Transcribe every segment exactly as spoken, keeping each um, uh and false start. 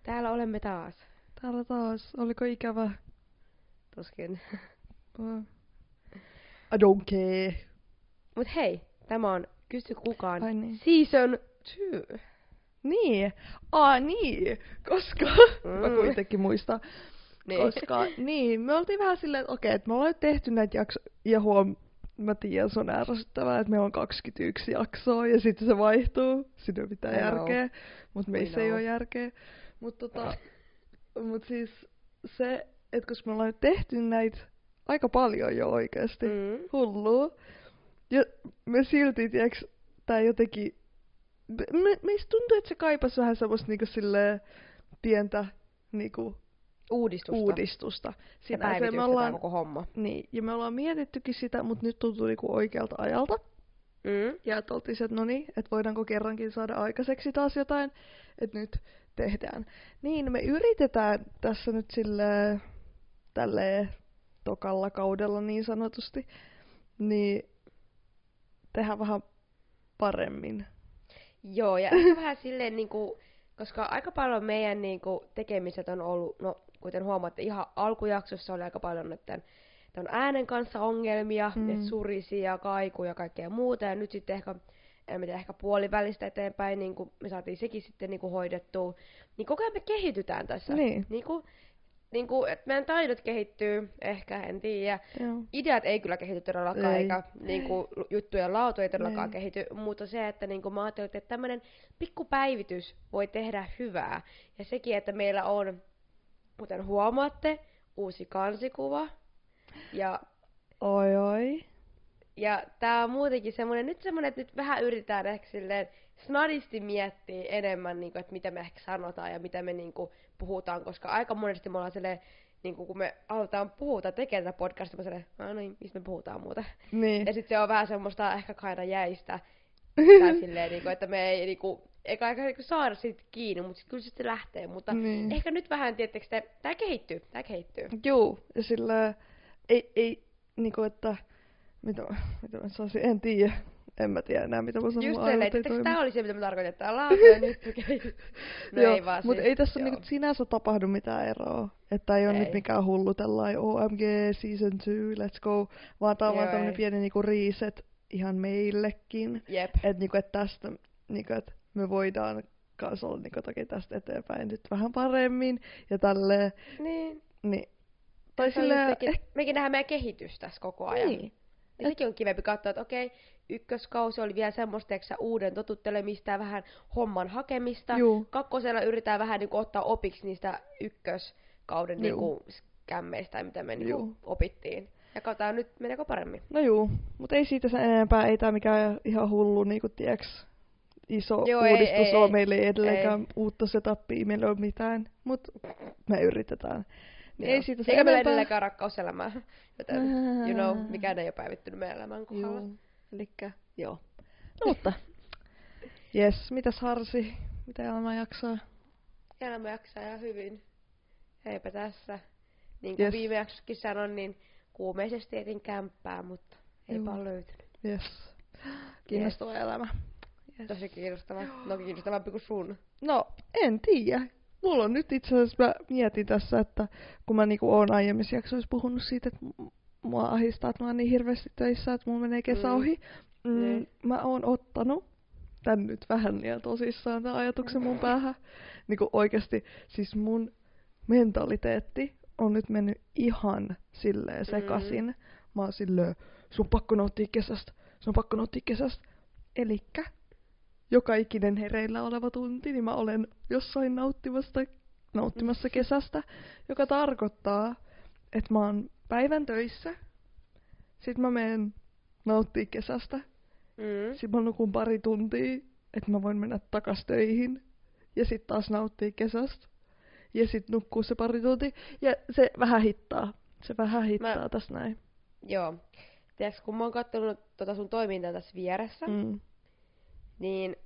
Täällä olemme taas. Täällä taas. Oliko ikävä? Tuskin. I don't care. Mut hei, tämä on Kysy kukaan Ai niin. season two. Niin. Aa niin. Koska, mm. mä kuitenkin muistan. Niin. Koska, niin, me oltiin vähän silleen, että okei, että me ollaan nyt tehty näitä jaksoja, ja huom, mä tiedän, se on ärsyttävää, että meillä on kaksikymmentäyksi jaksoa, ja sitten se vaihtuu, siinä on mitään järkeä, mutta meissä ei ole järkeä. Mutta tota, mut siis se, että koska me ollaan nyt tehty näitä aika paljon jo oikeasti, Mm. hullua, ja me silti, tiiäks, tää jotenkin, me, meistä tuntuu, että se kaipasi vähän semmoista niinku silleen pientä, niinku, Uudistusta. uudistusta. Ja päivitystä me ollaan, tää koko homma. Niin, ja me ollaan mietittykin sitä, mutta nyt tuntuu niinku oikealta ajalta. Mm. Ja että oltiin se, että no niin, että voidaanko kerrankin saada aikaiseksi taas jotain, että nyt tehdään. Niin, me yritetään tässä nyt silleen, tälleen tokalla kaudella niin sanotusti, niin tehdään vähän paremmin. Joo, ja ehkä vähän silleen niinku, koska aika paljon meidän niinku tekemiset on ollut, no kuten huomaatte, ihan alkujaksossa oli aika paljon näiden ton äänen kanssa ongelmia, Mm. että surisi ja kaiku ja kaikkea muuta, ja nyt sitten ehkä, en mä tiedä, ehkä puolivälistä eteenpäin, niin kuin me saatiin sekin sitten niin kuin hoidettua, niin koko ajan me kehitytään tässä. Niin. Niin kuin, niin kuin, että meidän taidot kehittyy, ehkä, en tiedä. Joo. Ideat ei kyllä kehity todellakaan, Ei. eikä niin kuin, juttujen laatu ei todellakaan Ei. kehity, mutta se, että niin kuin, mä ajattelin, että tämmöinen pikku päivitys voi tehdä hyvää. Ja sekin, että meillä on, kuten huomaatte, uusi kansikuva. Ja, Oi oi. ja tää on muutenkin semmonen, nyt semmonen, että nyt vähän yritetään ehkä silleen snadisti miettiä enemmän, niin kuin, että mitä me ehkä sanotaan ja mitä me niin kuin, puhutaan, koska aika monesti me ollaan silleen, niin kuin, kun me aletaan puhua tai tekee tätä podcastia, mä silleen, no niin, mistä me puhutaan muuta. Niin. Ja sit se on vähän semmoista ehkä kaina jäistä, tai silleen, niin kuin, että me ei niin kuin, eikä aika niin kuin, saada siitä kiinni, mutta sit kyllä se sitten lähtee. Mutta Niin. ehkä nyt vähän, tiettekö te, tää kehittyy, tää kehittyy. Juu, ja sillä ei, ei niinku, että mitä, mitä mä sanoisin, en tiedä. En mä tiedä enää, mitä mä sanon. Just mun aivot silleen, ei että toimi. tää oli se, mitä mä tarkoitin, että tää laatu ja nyt no Joo, ei vaan mutta siis, ei tässä joo. niinku sinänsä tapahdu mitään eroa. Että ei ole Ei. nyt mikään hullu tällainen O M G season two, let's go. Vaan tää on Joo, vaan tämmönen ei. pieni niinku reset ihan meillekin. Jep. Että niinku, et tästä, niinku, et me voidaan kanssa olla niinku, toki tästä eteenpäin nyt vähän paremmin. Ja tälleen, Niin. niin. Tai Se on silleen, just sekin- eh, mekin nähdään meidän kehitys tässä koko ajan. niin. Ja sekin on kivempi katsoa, että okei, ykköskausi oli vielä semmoista, eikö sä, uuden totuttelemista ja vähän homman hakemista. Juu. Kakkosella yritetään vähän niin kuin, ottaa opiksi niistä ykköskauden niin Juu. kuin, skämmeistä tai mitä me niin kuin, Juu. opittiin. Ja katsotaan nyt, meneekö paremmin. No juu, mutta ei siitä sen enempää, ei tää mikään ihan hullu, niinku tiiäks, iso Joo, ei, uudistus ei, on ei. meille ei edelleenkään Ei. uutta setupia, meillä ei ole mitään, mut me yritetään. Niin ei siitä sen Eikä meillä enempää. edelleenkään rakkauselämää, joten, you know, mikään ei ole päivittynyt meidän elämän kohdalla. Juu, elikkä, joo. No mutta, jes, mitäs Harsi, mitä elämä jaksaa? Elämä jaksaa ihan hyvin. Eipä tässä. Niin kuin Yes. viime jaksossakin sanoin, niin kuumeisesti etin kämppää, mutta eipä Juu. ole löytynyt. Jes, kiinnostava elämä. Yes. Tosi kiinnostava. No kiinnostavampi kuin sun. No, en tiedä. Mulla on nyt itse asiassa, mä mietin tässä, että kun mä niinku oon aiemmissa jaksoissa puhunut siitä, että m- mua ahistaa, että mä oon niin hirveästi töissä, että mulla menee kesä Mm. ohi. Mm, Niin. mä oon ottanut tän nyt vähän liian tosissaan tän ajatuksen mun päähän. Niinku oikeesti, siis mun mentaliteetti on nyt mennyt ihan silleen sekasin. Mm. Mä oon silleen, sun pakko nauttia kesästä, sun pakko nauttia kesästä. Elikkä joka ikinen hereillä oleva tunti, niin mä olen jossain nauttimassa, nauttimassa kesästä, joka tarkoittaa, että mä oon päivän töissä, sit mä menen nauttia kesästä, Mm. sit mä nukun pari tuntia, että mä voin mennä takas töihin, ja sit taas nauttia kesästä, ja sit nukkuu se pari tuntia, ja se vähän hittaa, se vähän hittaa Mä- tässä näin. Joo. Tiedätkö, kun mä oon kattonut tota sun toimintaa tässä vieressä, Mm. niin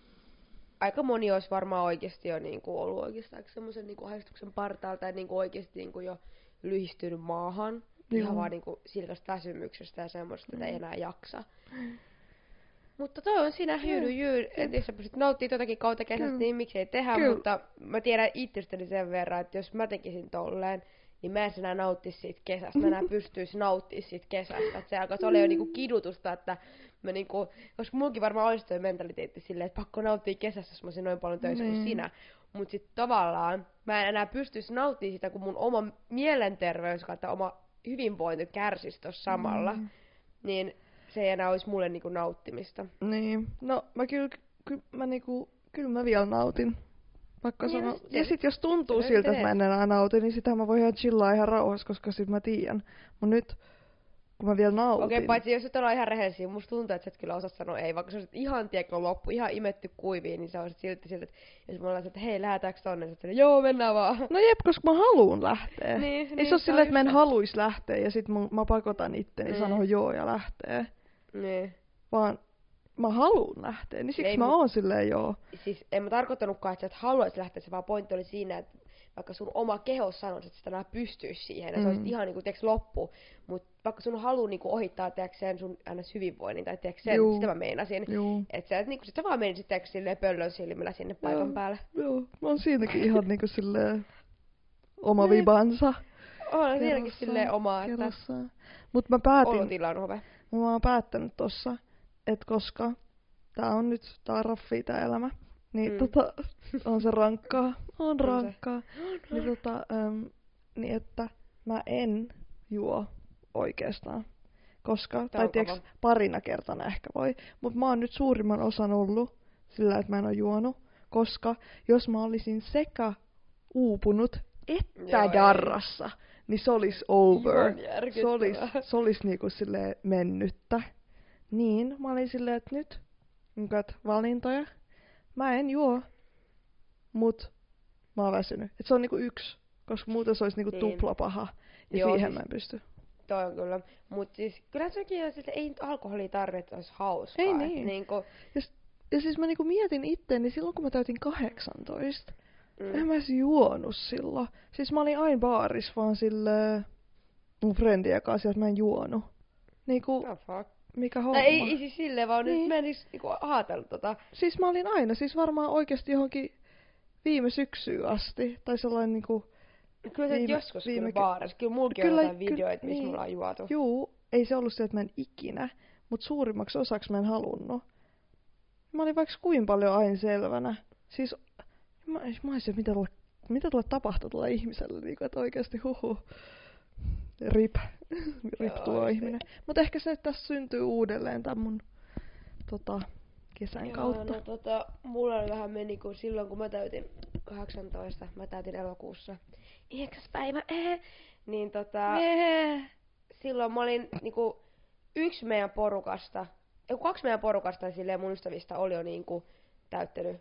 aika moni olisi varmaan oikeasti jo niinku ollut oikeastaan semmoisen niinku ahdistuksen partaalta ja niinku oikeasti niinku jo lyhistynyt maahan. Joo. Ihan vaan niinku silkästä väsymyksestä ja semmoista, että ei enää jaksa. Mutta toi on siinä hyödy jyy, että jos sä pystyt nauttimaan totakin kautta kesästä, Kyllä. niin miksei tehdä, Kyllä. mutta mä tiedän itsestäni sen verran, että jos mä tekisin tolleen, niin mä en enää nauttis siitä kesästä, mä enää pystyis nauttimaan siitä kesästä, että se alkaisi olla jo niinku kidutusta, että mä niinku, koska mullakin varmaan olisi toi mentaliteetti silleen, että pakko nauttia kesästä, jos mä olisin noin paljon töissä kuin Niin. sinä, mut sit tavallaan mä en enää pystyisi nauttimaan sitä, kun mun oma mielenterveys kautta oma hyvinvointi kärsisi tossa samalla, Mm. niin se ei enää olisi mulle niinku nauttimista. Niin, no mä kyllä, ky, mä niinku, kyllä mä vielä nautin. Pakko Niin, sanoa. no, se- Ja sit jos tuntuu se siltä, että teet. mä en enää nauti, niin sitä mä voin ihan chillaa ihan rauhassa, koska sit mä tiedän. Mut nyt, kun mä vielä nautin. Okei, okay, paitsi jos et ole ihan rehellisiä, musta tuntuu, että sä et kyllä osaa sanoa ei, vaikka sä olisit ihan tiekko loppu, ihan imetty kuiviin, niin sä olisit silti siltä, että jos mä ollaan, että hei, lähdetäänkö tonne, niin sä oot, joo, mennään vaan. No jep, koska mä haluun lähteä. Niin, Ei niin, se ole se silleen, on että mä en just se. haluis lähteä ja sit mun, mä pakotan itteni Mm. sanoa joo ja lähtee. Niin. Vaan mä haluun lähteä, niin siksi Ei, mä mut- oon silleen joo. Siis en mä tarkoittanutkaan, että sä et haluaisi lähteä, se vaan pointti oli siinä, että vaikka sun oma keho sanoisi, että sä enää pystyis siihen, ja Mm. se olisi ihan niinku, tiiäks, loppu, mutta vaikka sun halu niinku ohittaa, tiiäks, sen sun ns. Hyvinvoinnin, tai tiiäks, sen, Juu. sitä mä meinasin, Joo. että sä, et, niinku, sit sä vaan menisit, tiiäks, silleen pöllön silmillä sinne paikan Joo. päälle. Joo, mä oon siinäkin ihan niinku silleen oma Niin. vibansa. On siinäkin Kerrassaan, silleen omaa, että kerrassaan. Mut mä päätin, olotila on hyvä. mä oon päättänyt tossa, että koska tää on nyt, tää on raffia tää elämä, niin Mm. mm. tota, on se rankkaa, on se. rankkaa. Niin tota, äm, niin että mä en juo oikeastaan. Koska, Tää tai on tiiäks, kova. parina kertana ehkä voi, mut mä oon nyt suurimman osan ollut sillä, että mä en oo juonut, koska jos mä olisin sekä uupunut että Joo, ei. darrassa, niin se olisi over. Ihan järkyttävää. Se olisi, se olisi niinku silleen mennyttä. Niin, mä olin silleen, että nyt, niinku, että valintoja, mä en juo, mut mä oon väsynyt. Et se on niinku yksi, koska muuten se olisi niinku Niin. tupla paha. Ja Joo, siihen siis- mä en pysty. Toi on kyllä. Mut siis kyllä sekin on, että ei nyt alkoholia tarvitse, että olisi hauskaa. Ei Et niin. Niinku, Ja siis mä niinku mietin itteeni silloin, kun mä täytin kahdeksantoista. mm. En mä edes juonut silloin. Siis mä olin aina baaris vaan silleen mun friendien kanssa, että mä en juonut. Niinku, Oh, fuck. mikä homma. Tai ei, ei siis silleen, vaan niin. Niin. nyt mä en edes niinku ajatellut tota. Siis mä olin aina, siis varmaan oikeasti johonkin viime syksyyn asti. Tai sellainen niinku, Kyllä se Viime- viime, joskus viime viime ky- kyllä baarissa. Kyllä mullakin Kyllä- on jotain kyllä- videoita, missä niin. mulla on juotu. juu, ei se ollut se, että mä en ikinä. Mut suurimmaksi osaksi mä en halunnut. Mä olin vaikka kuin paljon aina selvänä. Siis, mä, mä olisin, mitä tuolle, mitä tuolle tapahtuu tuolle ihmiselle, niinku, että oikeasti huhu. Rip. Rip Joo, tuo se- ihminen. Mut ehkä se tässä syntyy uudelleen tän mun tota, kesän Joo, kautta. no tota, mulla oli vähän meni, kun silloin kun mä täytin kahdeksantoista, mä täytin elokuussa yhdeksäs päivä, eh, niin tota, Jee. silloin mä olin niinku yksi meidän porukasta, ei kun kaksi meidän porukasta silleen mun ystävistä oli jo niinku täyttänyt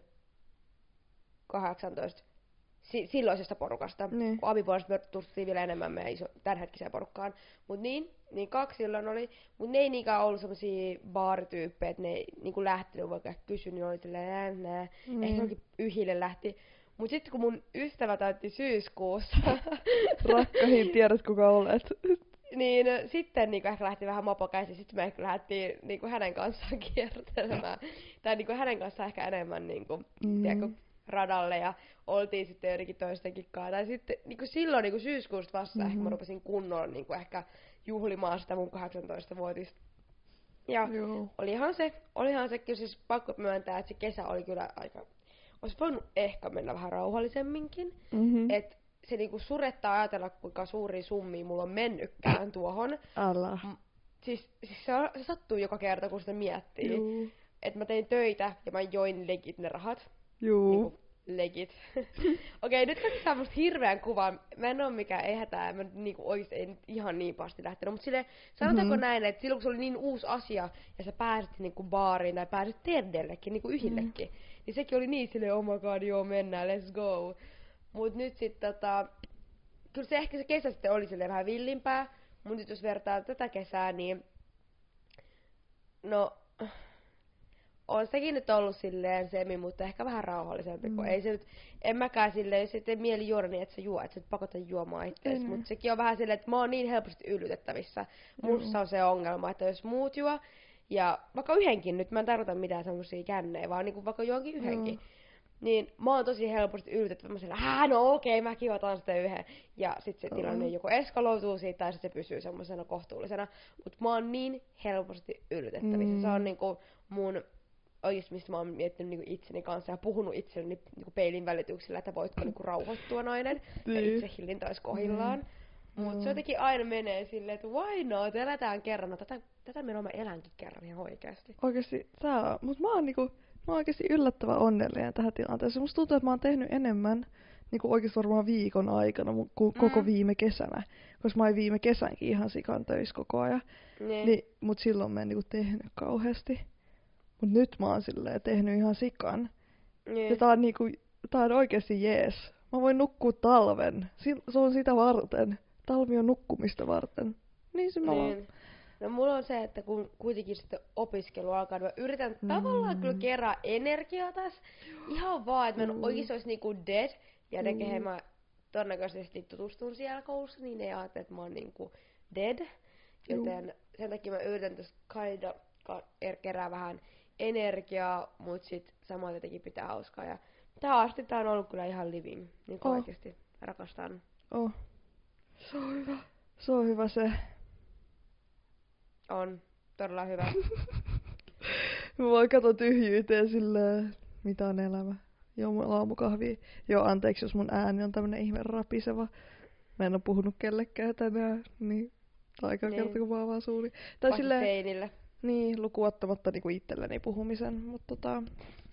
kahdeksantoista si- silloisesta porukasta. Niin. Kun abipuolesta me tuttiin vielä enemmän meidän iso, tämänhetkiseen porukkaan. Mut niin, niin kaksi silloin oli, mut ne ei niinkään ollut semmosia baarityyppejä, että ne ei niinku lähtenyt vaikka kysyä, niin oli silleen nää, nää. Niin. Ehkä johonkin yhille lähti. Mut sitten kun mun ystävä täytti syyskuussa, Rakkahin, tiedät kuka olet. niin sitten niinku ehkä lähti vähän mopokäisiin, sitten me ehkä lähdettiin niinku hänen kanssaan kiertelemään. Tai niinku hänen kanssaan ehkä enemmän niinku, Mm. tiedätkö, radalle ja oltiin sitten jotenkin toistenkin kanssa. Tai sitten niinku silloin niinku syyskuusta vasta mm-hmm. ehkä mä rupesin kunnolla niinku ehkä juhlimaan sitä mun kahdeksantoistavuotista. Ja Joo. olihan se, olihan se kyllä siis pakko myöntää, että se kesä oli kyllä aika, olisi voinut ehkä mennä vähän rauhallisemminkin. Mm-hmm. Et se niinku surettaa ajatella, kuinka suuria summia mulla on mennytkään tuohon. Älä. Siis, siis se, se sattuu joka kerta, kun sitä miettii. Juu. Että mä tein töitä ja mä join legit ne rahat. Juu. Niinku, legit. Okei, nyt kaikki saa musta hirveän kuvan. Mä en oo mikään ei hätää, mä nyt niinku oikeesti ei nyt ihan niin pahasti lähtenyt. Mut silleen, sanotaanko Mhm. näin, että silloin kun se oli niin uusi asia ja sä pääsit niinku baariin tai pääsit terdellekin, niinku yhillekin, mm. niin sekin oli niin silleen, oh my god, joo mennään, let's go. Mut nyt sit tota, kyllä se ehkä se kesä sitten oli silleen vähän villimpää. Mut nyt jos vertaa tätä kesää, niin no, on sekin nyt ollut silleen semi, mutta ehkä vähän rauhallisempi, mm. kun ei se nyt, en mäkään silleen, jos et tee mieli juoda niin, että sä juo, että sä et pakota juomaan itseäsi, Ei, mutta niin. sekin on vähän silleen, että mä oon niin helposti yllytettävissä. Musta on se ongelma, että jos muut juo, ja vaikka yhdenkin, nyt mä en tarkoita mitään semmosia kännejä, vaan niinku vaikka johonkin yhdenkin, Joo. niin mä oon tosi helposti yllätettävä, mä sillä, hää, no okei, mäkin otan sitä yhden. Ja sit se tilanne Joo. joko eskaloituu siitä, tai sit se pysyy semmosena kohtuullisena. Mut mä oon niin helposti yllätettävissä. Mm. Se on niinku mun, oikeesti mistä mä oon miettinyt niinku itseni kanssa ja puhunut itselleni niinku peilin välityksellä, että voitko niinku rauhoittua nainen. Ja Niin. itse hillintä olisi kohillaan. Mm. Mut Joo. se jotenkin aina menee silleen, että why not, elätään kerran. No, tätä, tätä menoa mä elänkin kerran ihan oikeesti. Oikeesti, tää on, mut mä oon niinku, mä oon oikeesti yllättävän onnellinen tähän tilanteeseen. Musta tuntuu, että mä oon tehnyt enemmän niinku oikeesti varmaan viikon aikana mu- ku, koko Mm. viime kesänä. Koska mä olin viime kesänkin ihan sikan töissä koko ajan. Niin. Niin, mut silloin mä en niinku tehnyt kauheasti. Mut nyt mä oon silleen tehnyt ihan sikan. Niin. Ja tää on niinku, tää on oikeesti jees. Mä voin nukkua talven. Si- se on sitä varten. Talvi on nukkumista varten. Niin se mä oon. Niin. No mulla on se, että kun kuitenkin sitten opiskelu alkaa, niin mä yritän Mm. tavallaan kyllä kerää energiaa tässä. Ihan vaan, että mä en Mm. oikeesti olisi niinku dead. Ja ne, Mm. kehen mä todennäköisesti tutustun siellä koulussa, niin ne ajattelee, että mä oon niinku dead. Joten sen takia mä yritän tässä kinda ka- er- kerää vähän energiaa, mut sit samalla jotenkin pitää hauskaa. Ja tähän asti tää on ollut kyllä ihan living. Niin Oh. oikeesti rakastan. Oh. Se on hyvä. Se on hyvä se. On todella hyvä. Mä vaan katon tyhjyyteen silleen, mitä on elämä. Joo, mulla on aamukahvia. Joo, anteeksi, jos mun ääni on tämmönen ihme rapiseva. Mä en oo puhunut kellekään tänään, niin aika Niin. kerta, kun mä avaan suuri. Tai Paitsi silleen, seinille. niin, lukuottamatta niinku itselleni puhumisen, mutta tota,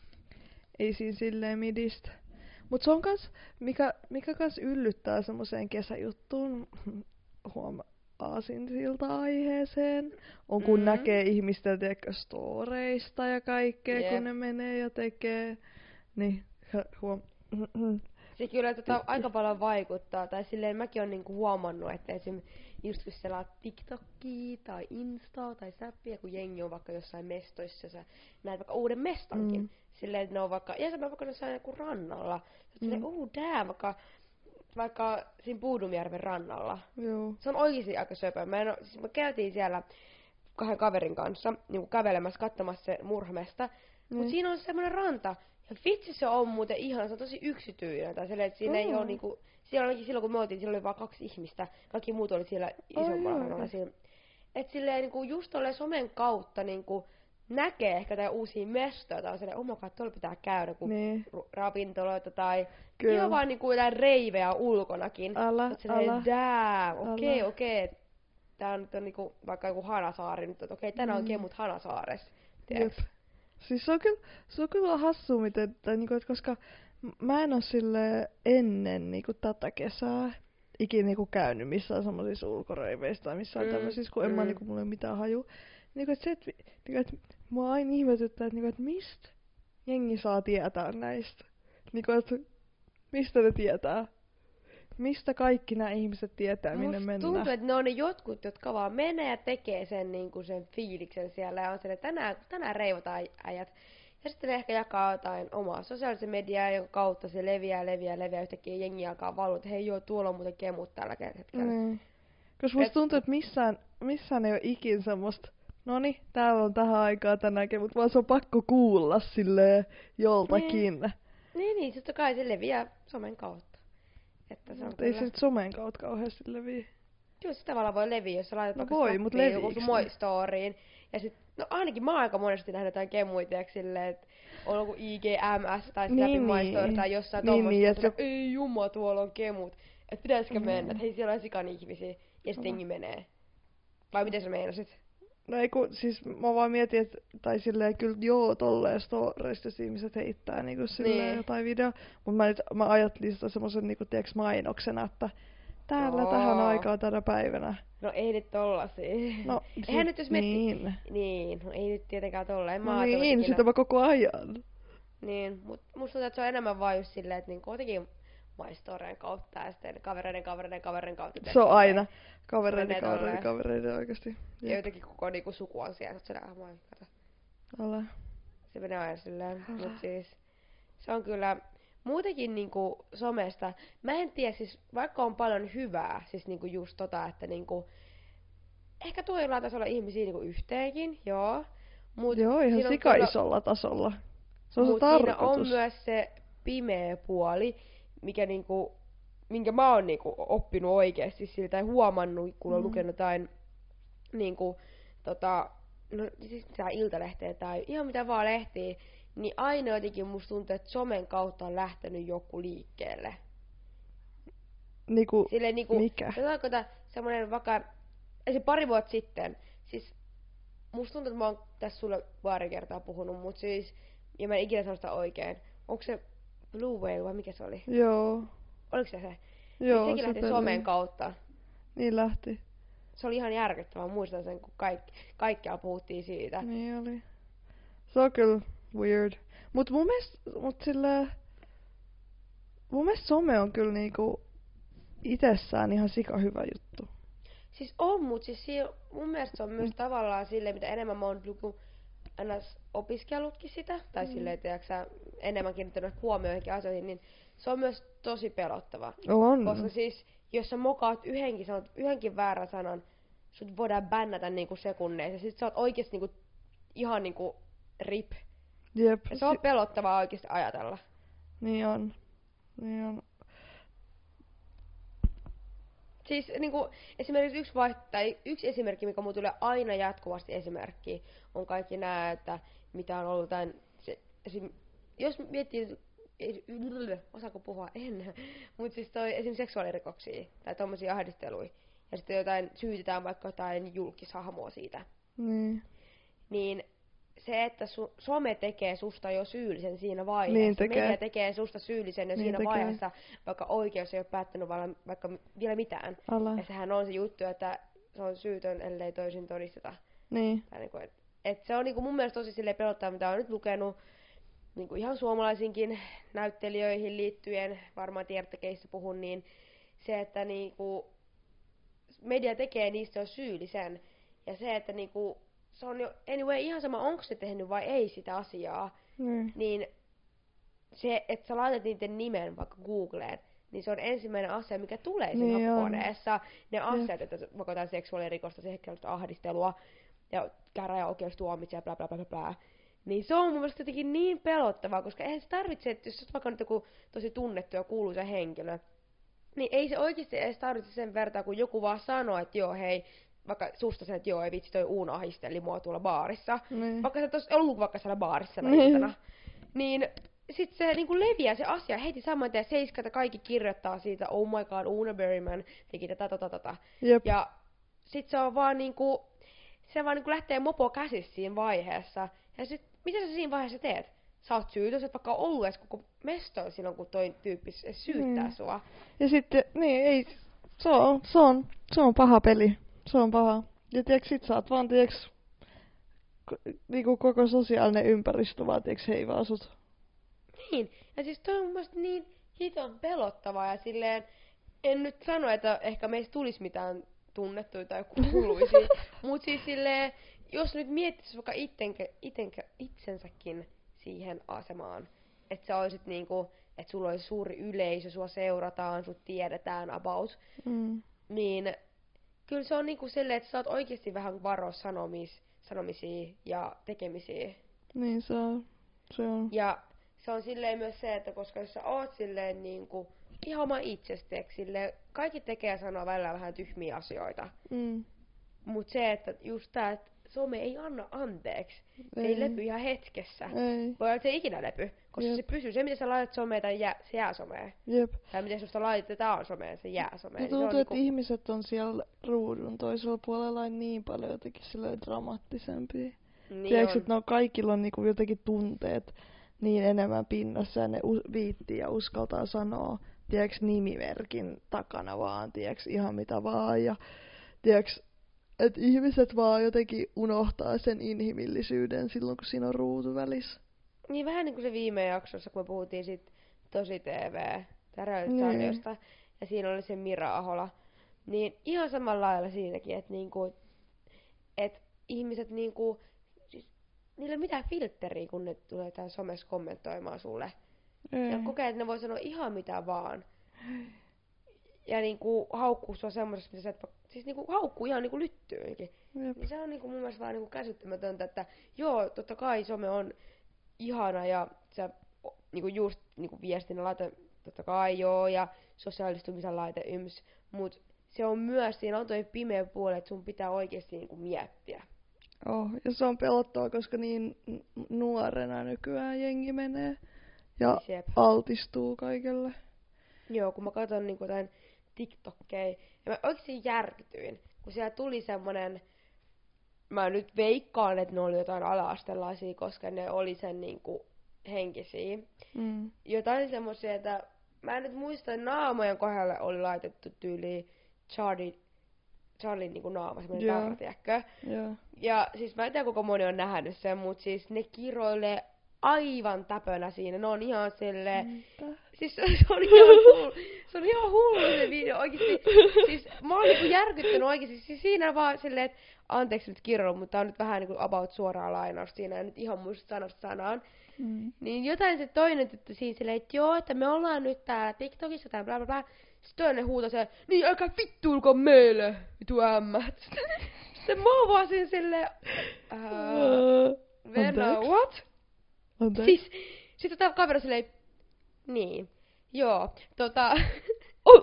ei siinä silleen midistä. Mut se on kans, mikä, mikä kans yllyttää semmoseen kesäjuttuun, huoma aasinsilta aiheeseen, on kun Mhm. näkee ihmisten tiedätkö, storeista ja kaikkea, Jep. kun ne menee ja tekee, niin huom... Se kyllä tota, aika paljon vaikuttaa, tai silleen mäkin olen niinku huomannut, että esim. Just kun selaat TikTokia tai Instaa tai Snappia, kun jengi on vaikka jossain mestoissa, sä näet vaikka uuden mestankin. Mm. Silleen, että ne on vaikka, ja sä vaikka jossain joku rannalla. Sä silleen, Mm. oh damn, vaikka, vaikka siinä Puudumjärven rannalla. Joo. Se on oikeesti aika söpö. Mä en oo, siis me käytiin siellä kahden kaverin kanssa niin kävelemässä, katsomassa se murhamesta. Mm. Mut siinä on semmonen ranta. Ja vitsi se on muuten ihan, se on tosi yksityinen. Tai silleen, että siinä ei Mm. oo niinku, siellä ainakin silloin kun me oltiin, siellä oli vaan kaksi ihmistä. Kaikki muut oli siellä isommalla Ai rannalla. joo. Siellä. Et silleen niinku just tolleen somen kautta niinku näkee ehkä tää uusia mestoja. Tai silleen, oh my god, tuolla pitää käydä, kun Niin. ru- ravintoloita tai Kyllä. ihan vaan niinku jotain reivejä ulkonakin. Älä, Oot silleen, älä. damn, okei, Älä. okei. Tää nyt on niinku vaikka joku Hanasaari nyt, että okei, tänään on Mm. kemut Hanasaares. Jep. Tiedätkö? Siis se on kyllä, se on kyllä hassua, miten, tai niinku, et koska m- mä en oo sille ennen niinku tätä kesää ikinä niinku käynyt missään semmosissa ulkoreiveissä tai missään Mm, mm. tämmöisissä, kun en mä mm. niinku, mulla ei ole mitään haju. Niinku, et se, et, niinku, et mua aina ihmetyttää, että niinku, et mistä jengi saa tietää näistä. Niinku, et mistä ne tietää? Mistä kaikki nämä ihmiset tietää, minne Musta mennään? tuntuu, että ne on ne jotkut, jotka vaan menee ja tekee sen, niinku sen fiiliksen siellä ja on se, että tänään, tänään reivotaan äijät. Ja sitten ne ehkä jakaa jotain omaa sosiaalisen mediaa, jonka kautta se leviää, leviää, leviää. Yhtäkkiä jengi alkaa valua, että hei joo, tuolla on muuten kemut tällä hetkellä. Niin. Koska musta Et- tuntuu, että missään, missään ei ole ikin semmoista, noni, täällä on tähän aikaa tänäänkin, mutta vaan se on pakko kuulla silleen joltakin. Niin. Niin, niin, totta kai se leviää somen kautta. Että se on Mutta ei kyllä- se nyt somen kautta kauheasti leviä. Kyllä se tavallaan voi leviä, jos sä laitat No vaikka voi, Snappiin mut joku leviiks sun ne? moi storyin. Ja sit, no ainakin mä oon aika monesti nähnyt jotain kemuita, tiiäks, silleen, että on joku I G M S tai Snapin Niin, my niin. story tai jossain Niin, tommosta. niin, Niin, et että se- ei jumma, tuolla on kemut. Et pitäisikö Mm. mennä, että hei siellä on sikan ihmisiä. Ja sit Sama. jengi menee. Vai miten sä meinasit? No ei kun, siis mä vaan mietin, että, tai silleen kyllä joo, tolleen storeista ihmiset heittää niinku silleen Niin. jotain video. Mut mä nyt, mä ajattelin sitä semmosen niinku tiiäks mainoksena, että täällä Oo. tähän aikaan tänä päivänä. No ei nyt tollasia. No, Eihän sit- nyt jos miettii... niin. Niin, no ei nyt tietenkään tolleen. Mä No ajattelin niin, ikinä- sitä mä koko ajan. Niin, mut musta tuntuu, että se on enemmän vaan just silleen, että niinku jotenkin my storyn kautta ja sitten kavereiden kavereiden kavereiden kautta. Se on aina. Kavereiden, Menee kavereiden, tolleen. kavereiden oikeesti. Ja jotenkin koko niinku suku on siellä, että se moi, kato. Älä. Se menee aina silleen, Älä. mut siis se on kyllä muutenkin niinku somesta. Mä en tiedä, siis vaikka on paljon hyvää, siis niinku just tota, että niinku ehkä tuolla taisi olla ihmisiä niinku yhteenkin, joo. Mut Joo, ihan siinä on sika kyllä- isolla tasolla. Se on se Mut siinä tarkoitus. on myös se pimeä puoli, mikä niinku, minkä mä oon niinku oppinut oikeesti siltä tai huomannut, kun on Mm. lukenut jotain niinku, tota, no siis tää Iltalehteä tai ihan mitä vaan lehtiä, niin aina jotenkin musta tuntuu, että somen kautta on lähtenyt joku liikkeelle. Niinku, Silleen niinku, mikä? se tarkoittaa semmonen vaikka, esim. Pari vuotta sitten, siis musta tuntuu, että mä oon tässä sulle pari kertaa puhunut, mut siis, ja mä en ikinä sano sitä oikein. Onko se Blue Whale vai mikä se oli? Joo. Oliko se se? Joo, Niin sekin se lähti peli. somen kautta. Niin lähti. Se oli ihan järkyttävää, muistan sen, kun kaikki, kaikkea puhuttiin siitä. Niin oli. Se on kyllä weird. Mut mun mielestä, mut sillä, mun mielestä some on kyllä niinku itsessään ihan sika hyvä juttu. Siis on, mut siis siinä, mun mielestä se on myös tavallaan silleen, mitä enemmän mä oon joku ns. Opiskellutkin sitä, tai Mm. silleen, tiedätkö enemmän kiinnittänyt huomioon johonkin asioihin, niin se on myös tosi pelottava. On. Koska siis, jos sä mokaat yhdenkin, sanot yhdenkin väärän sanan, sut voidaan bännätä niinku sekunneissa, ja sit sä oot oikeesti niinku, ihan niinku rip. Jep. Ja se on pelottavaa oikeesti ajatella. Niin on. Niin on. Siis niinku, esimerkiksi yksi, vaihto, tai yksi esimerkki, mikä mulle tulee aina jatkuvasti esimerkki, on kaikki nää, että mitä on ollut tämän, se, esim, jos miettii, ei- osaako puhua, en, mutta siis toi esim. Seksuaalirikoksia tai tommosia ahdisteluja, ja sitten jotain syytetään vaikka jotain julkishahmoa siitä, Niin. niin se, että su, some tekee susta jo syyllisen siinä vaiheessa. Niin tekee. Media tekee susta syyllisen jo Niin siinä tekee. vaiheessa, vaikka oikeus ei ole päättänyt vala- vaikka vielä mitään. Ala. Ja sehän on se juttu, että se on syytön, ellei toisin todisteta. Niin. Tai niinku, et, et se on niinku mun mielestä tosi silleen pelottavaa, mitä olen nyt lukenut niinku ihan suomalaisinkin näyttelijöihin liittyen, varmaan tiedätte keistä puhun, niin se, että niinku media tekee niistä jo syyllisen. Ja se, että niinku, se on jo, anyway, ihan sama onko se tehnyt vai ei sitä asiaa, Niin. niin se, että sä laitat niiden nimen vaikka Googleen, niin se on ensimmäinen asia, mikä tulee siinä Niin on. hakukoneessa. Ne asiat, että vaikka jotain seksuaalirikosta, seksuaalista ahdistelua ja käräjäoikeus tuomitsee ja bla bla bla bla bla. Niin se on mun mielestä jotenkin niin pelottavaa, koska eihän se tarvitse, että jos oot vaikka nyt joku tosi tunnettu ja kuuluisa henkilö, niin ei se oikeasti edes tarvitse sen vertaa, kun joku vaan sanoo, että joo hei, vaikka susta sen, että joo ei vitsi toi Uno ahisteli mua tuolla baarissa. Niin. Vaikka sä et ois ollut vaikka siellä baarissa Niin. iltana. Niin sit se niinku leviää se asia heti saman tien, seiskat ja kaikki kirjoittaa siitä, oh my god, Una Berryman teki tätä, tätä, tätä. Jep. Ja sit se on vaan niinku, se vaan niinku lähtee mopo käsissä siinä vaiheessa. Ja sit, mitä sä siinä vaiheessa teet? Sä oot syytön, sä et vaikka ollut edes koko mestoon silloin, kun toi tyyppi edes syyttää Mm. sua. Ja sitten, niin ei, se on, se on, se on paha peli. Se on paha. Ja tiiäks, sit sä oot vaan, tiiäks, ko- niinku koko sosiaalinen ympäristö vaan, tiiäks, heivaa sut. Niin, ja siis toi on mun mielestä niin hiton pelottavaa ja silleen, en nyt sano, että ehkä meistä tulisi mitään tunnettuja tai kuuluisia, mut siis silleen, jos nyt miettis vaikka ittenkä, ittenkä, itsensäkin siihen asemaan, että sä olisit niinku, että sulla olisi suuri yleisö, sua seurataan, sut tiedetään about, Mm. niin kyllä se on niinku silleen, että sä oot oikeesti vähän varo sanomis, sanomisia ja tekemisiä. Niin se on. Se on. Ja se on silleen myös se, että koska jos sä oot silleen niinku ihan oma itsestäsi, silleen, kaikki tekee ja sanoo välillä vähän tyhmiä asioita. Mm. Mut se, että just tää, että some ei anna anteeksi. Se ei, Ei. lepy ihan hetkessä. Ei. Voi olla, että se ei ikinä lepy, koska Jep. se pysyy. Se, miten sä laitat someen, tai jää, se jää someen. Jep. Tai miten susta laitetaan someen, se jää someen. Ja Se on tuntuu, että niinku, ihmiset on siellä ruudun toisella puolella niin paljon jotenkin silleen dramaattisempia. niin Tiedätkö, on. että no kaikilla on niinku jotenkin tunteet niin enemmän pinnassa ja ne u- viittii ja uskaltaa sanoa, tiedätkö, nimimerkin takana vaan, tiedätkö, ihan mitä vaan. Ja tiedätkö, että ihmiset vaan jotenkin unohtaa sen inhimillisyyden silloin, kun siinä on ruutu välissä. Niin vähän niin kuin se viime jaksossa, kun me puhuttiin sit Tosi T V, Niin. sarjoista, ja siinä oli se Mira Ahola. Niin ihan samalla lailla siinäkin, että niinku, et ihmiset niinku, siis, niillä ei ole mitään filtteriä, kun ne tulee täällä somessa kommentoimaan sulle. Ei. Ja kokee, että ne voi sanoa ihan mitä vaan. ja niinku haukkuu sua semmoisessa, mitä sä et, siis niinku haukkuu ihan niinku lyttyynkin. Jep. Niin se on niinku mun mielestä vaan niinku käsittämätöntä, että joo, totta kai some on ihana ja sä niinku just niinku viestinnän laite, totta kai joo, ja sosiaalistumisen laite yms, mut se on myös, siinä on toi pimeä puoli, että sun pitää oikeesti niinku miettiä. Oh, ja se on pelottavaa, koska niin n- nuorena nykyään jengi menee ja Jep. altistuu kaikelle. Joo, kun mä katson niinku jotain TikTokkeja, ja mä oikeesti järkytyin, kun siellä tuli semmonen, mä nyt veikkaan, että ne oli jotain ala-astelaisia, koska ne oli sen niinku henkisiä. Mm. Jotain semmoisia, että mä en nyt muista, että naamojen kohdalle oli laitettu tyyliin Charlie, Charlien niinku naama, semmonen Joo. tarra, tiedätkö? Joo. Ja siis mä en tiedä, kuinka moni on nähnyt sen, mut siis ne kiroilee aivan täpönä siinä. Ne on ihan silleen... Mitä? Siis se on ihan hullu, se on ihan hullu se video oikeesti. Siis mä oon niinku järkyttynyt oikeesti. Siis siinä vaan silleen, että anteeksi nyt kiroilu, mutta tää on nyt vähän niinku about suoraa lainausta siinä. Ja nyt ihan muista sanasta sanaan. Mm. Niin jotain se toinen tyttö siinä silleen, että joo, että me ollaan nyt täällä TikTokissa tai bla bla bla. Sitten toinen huutaa se, niin älkää vittuilko meille, vitu ämmät. Sitten mä oon vaan siinä silleen, ää, Venä, Anteeksi? what? Anteeksi. Siis, sit tota kaveri silleen, niin, joo, tota, Oh.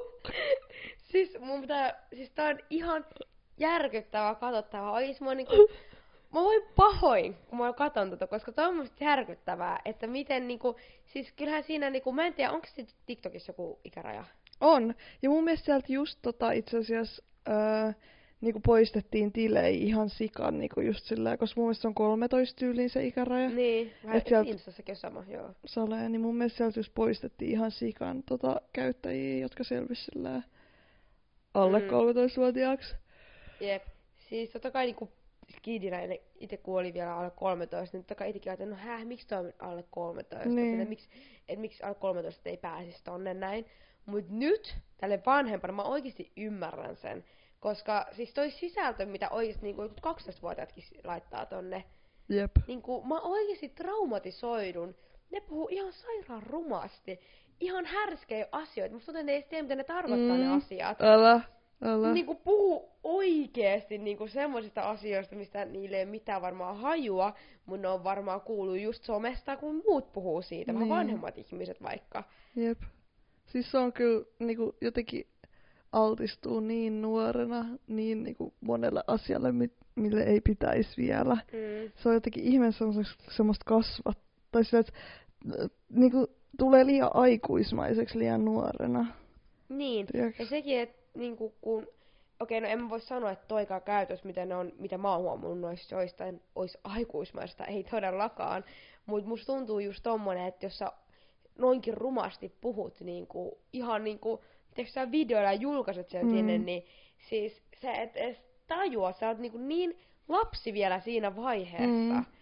siis mun pitää, siis tää on ihan järkyttävää katsottavaa, oikeesti mä niinku, mä voin pahoin, kun mä katon tota, koska toi on musta järkyttävää, että miten niinku, siis kyllähän siinä niinku, mä en tiedä, onko sit TikTokissa joku ikäraja? On. Ja mun mielestä sieltä just tota itse asiassa öö, niinku poistettiin tilejä ihan sikan niinku just sillä, koska mun mielestä se on kolmetoista tyyliin se ikäraja. Niin, vähän Et sieltä- Instassakin on sama, joo. Salee, niin mun mielestä sieltä just poistettiin ihan sikan tota, käyttäjiä, jotka selvisi sillä alle Mm. kolmetoistavuotiaaksi. Jep, siis totta kai niinku skidinä itse kun oli vielä alle kolmetoista, niin totta kai itsekin ajattelin, no häh, miksi toi on alle kolmetoista? Niin. Että miksi, et miksi alle kolmetoista ei pääsisi tonne näin. Mut nyt, tälle vanhempana, mä oikeesti ymmärrän sen. Koska siis toi sisältö, mitä oikeesti niinku jotkut kaksitoistavuotiaatkin laittaa tonne, Jep. niinku mä oikeesti traumatisoidun. Ne puhuu ihan sairaan rumasti. Ihan härskejä asioita. Musta tuntuu, että ne ei edes tiedä, mitä ne tarkoittaa Mm. ne asiat. Älä, älä. Niinku puhuu oikeesti niinku semmosista asioista, mistä niille ei ole mitään varmaan hajua, mutta ne on varmaan kuullut just somesta, kun muut puhuu siitä, vähän Niin. vanhemmat ihmiset vaikka. Jep. Siis se on kyllä niinku jotenkin altistuu niin nuorena niin niinku monelle asialle, mi- mille ei pitäisi vielä. Mm. Se on jotenkin ihme semmoista kasvat. Tai sillä, että äh, niinku tulee liian aikuismaiseksi liian nuorena. Niin, Tiedätkö? ja sekin, että niinku kun... Okei, no en mä voi sanoa, että toikaan käytös, mitä, ne on, mitä mä oon huomannut noista joistain, olisi aikuismaista, ei todellakaan. Mutta musta tuntuu just tommonen, että jos sä noinkin rumasti puhut niinku, ihan niinku, tiedätkö sä videoilla ja julkaiset sen Mm. sinne, niin siis sä et edes tajua, sä oot niinku niin lapsi vielä siinä vaiheessa. Mm.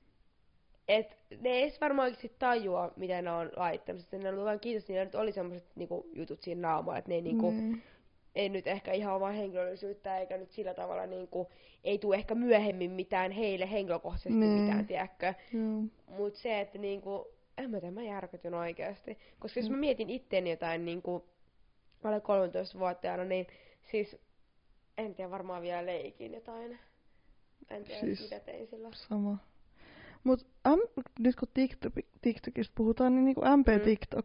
Et ne ei edes varmaan oikeesti tajua, mitä ne on laittanut. Sitten ne on vaan kiitos, niillä nyt oli semmoset niinku, jutut siinä naamalla, että ne ei niinku, Niin. ei nyt ehkä ihan omaa henkilöllisyyttä, eikä nyt sillä tavalla niinku, ei tule ehkä myöhemmin mitään heille henkilökohtaisesti Niin. mitään, tiedätkö. Joo. Mut se, että niinku, en mä tiedä, mä järkytyn oikeesti. Koska jos Mm. mä mietin itteeni jotain niinku, alle kolmetoistavuotiaana, niin siis, en tiedä, varmaan vielä leikin jotain. En tiedä, Siis- siis... mitä tein silloin. Sama. Mut M- nyt kun TikTok, TikTokista puhutaan, niin niinku M P Mm. TikTok.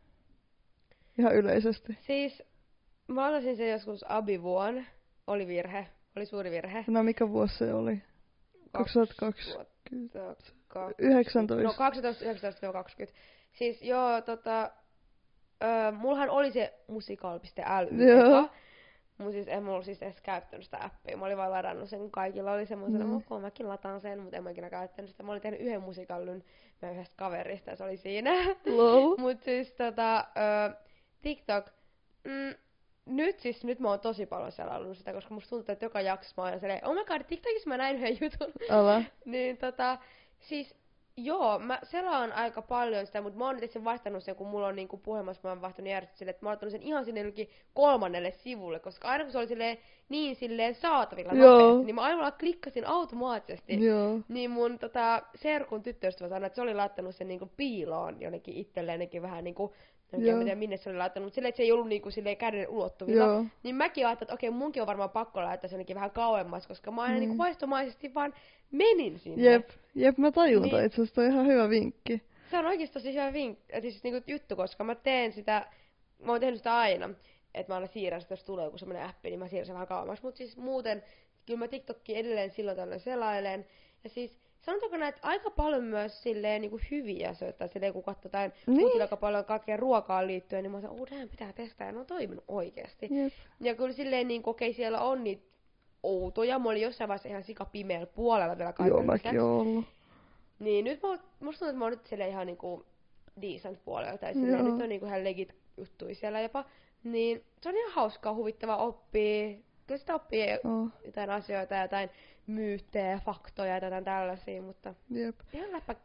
Ihan yleisesti. Siis, mä aloitin sen joskus abivuonna. Oli virhe. Oli suuri virhe. No mikä vuosi se oli? kaksituhattakaksikymmentä. yhdeksäntoista. No kaksitoista yhdeksäntoista kaksikymmentä. Siis joo, tota... Öö, mullahan oli se musical piste l y Joo. eka. Mut siis en mulla siis edes käyttänyt sitä appia. Mä olin vaan ladannut sen, kun kaikilla oli semmoisena, Mm. ok, mäkin lataan sen, mutta en mä ikinä käyttänyt sitä. Mä olin tehnyt yhden musikallyn meidän yhdestä kaverista ja se oli siinä. Lol. Mut siis tota, ö, TikTok, mm, nyt siis, nyt mä oon tosi paljon selannut sitä, koska musta tuntuu, että joka jaksossa mä oon aina silleen, oh my god, TikTokissa mä näin yhden jutun. Älä. Niin tota, siis joo, mä selaan aika paljon sitä, mutta mä oon itse vaihtanut sen, kun mulla on niinku puhelimessa, mä oon vaihtanut järjestelmä silleen, että mä oon ottanut sen ihan sinne jollekin kolmannelle sivulle, koska aina kun se oli silleen, niin silleen saatavilla Joo. nopeasti, niin mä aina vaan klikkasin automaattisesti. Joo. Niin mun tota, serkun tyttöystävä sanoi, että se oli laittanut sen niinku piiloon jonnekin itselleen, nekin vähän niinku En tiedä minne se oli laittanut, mutta silleen, että se ei ollut niinku silleen käden ulottuvilla. Joo. Niin mäkin ajattelin, että okei, munkin on varmaan pakko laittaa se ainakin vähän kauemmas, koska mä aina Niin. niinku vaistomaisesti vaan menin sinne. Jep, jep, mä tajun Niin. toi, itse asiassa toi on ihan hyvä vinkki. Se on oikeesti tosi hyvä vinkki, siis niinku juttu, koska mä teen sitä, mä oon tehnyt sitä aina, että mä aina siirrän sitä, jos tulee joku semmonen appi, niin mä siirrän sen vähän kauemmas. Mut siis muuten, kyllä mä TikTokia edelleen silloin tällöin selailen. Ja siis sanotaanko näitä aika paljon myös silleen niinku hyviä asioita, silleen kun katsoo jotain Niin. aika paljon kaikkea ruokaan liittyen, niin mä oon oh damn, pitää testaa, ja ne on toiminut oikeesti. Jep. Ja kyllä silleen niinku, okei, siellä on niitä outoja, mä olin jossain vaiheessa ihan sika pimeällä puolella vielä kaiken Joo, mäkin oon ollut. Niin nyt mä, oon- musta tuntuu, että mä oon nyt silleen ihan niinku decent puolella, tai silleen Joo. nyt on niinku ihan legit juttui siellä jopa. Niin se on ihan hauskaa, huvittava oppii. Kyllä sitä oppii Oh, jotain asioita, jotain myyttejä, faktoja ja jotain tällaisia, mutta jep. ihan läppä.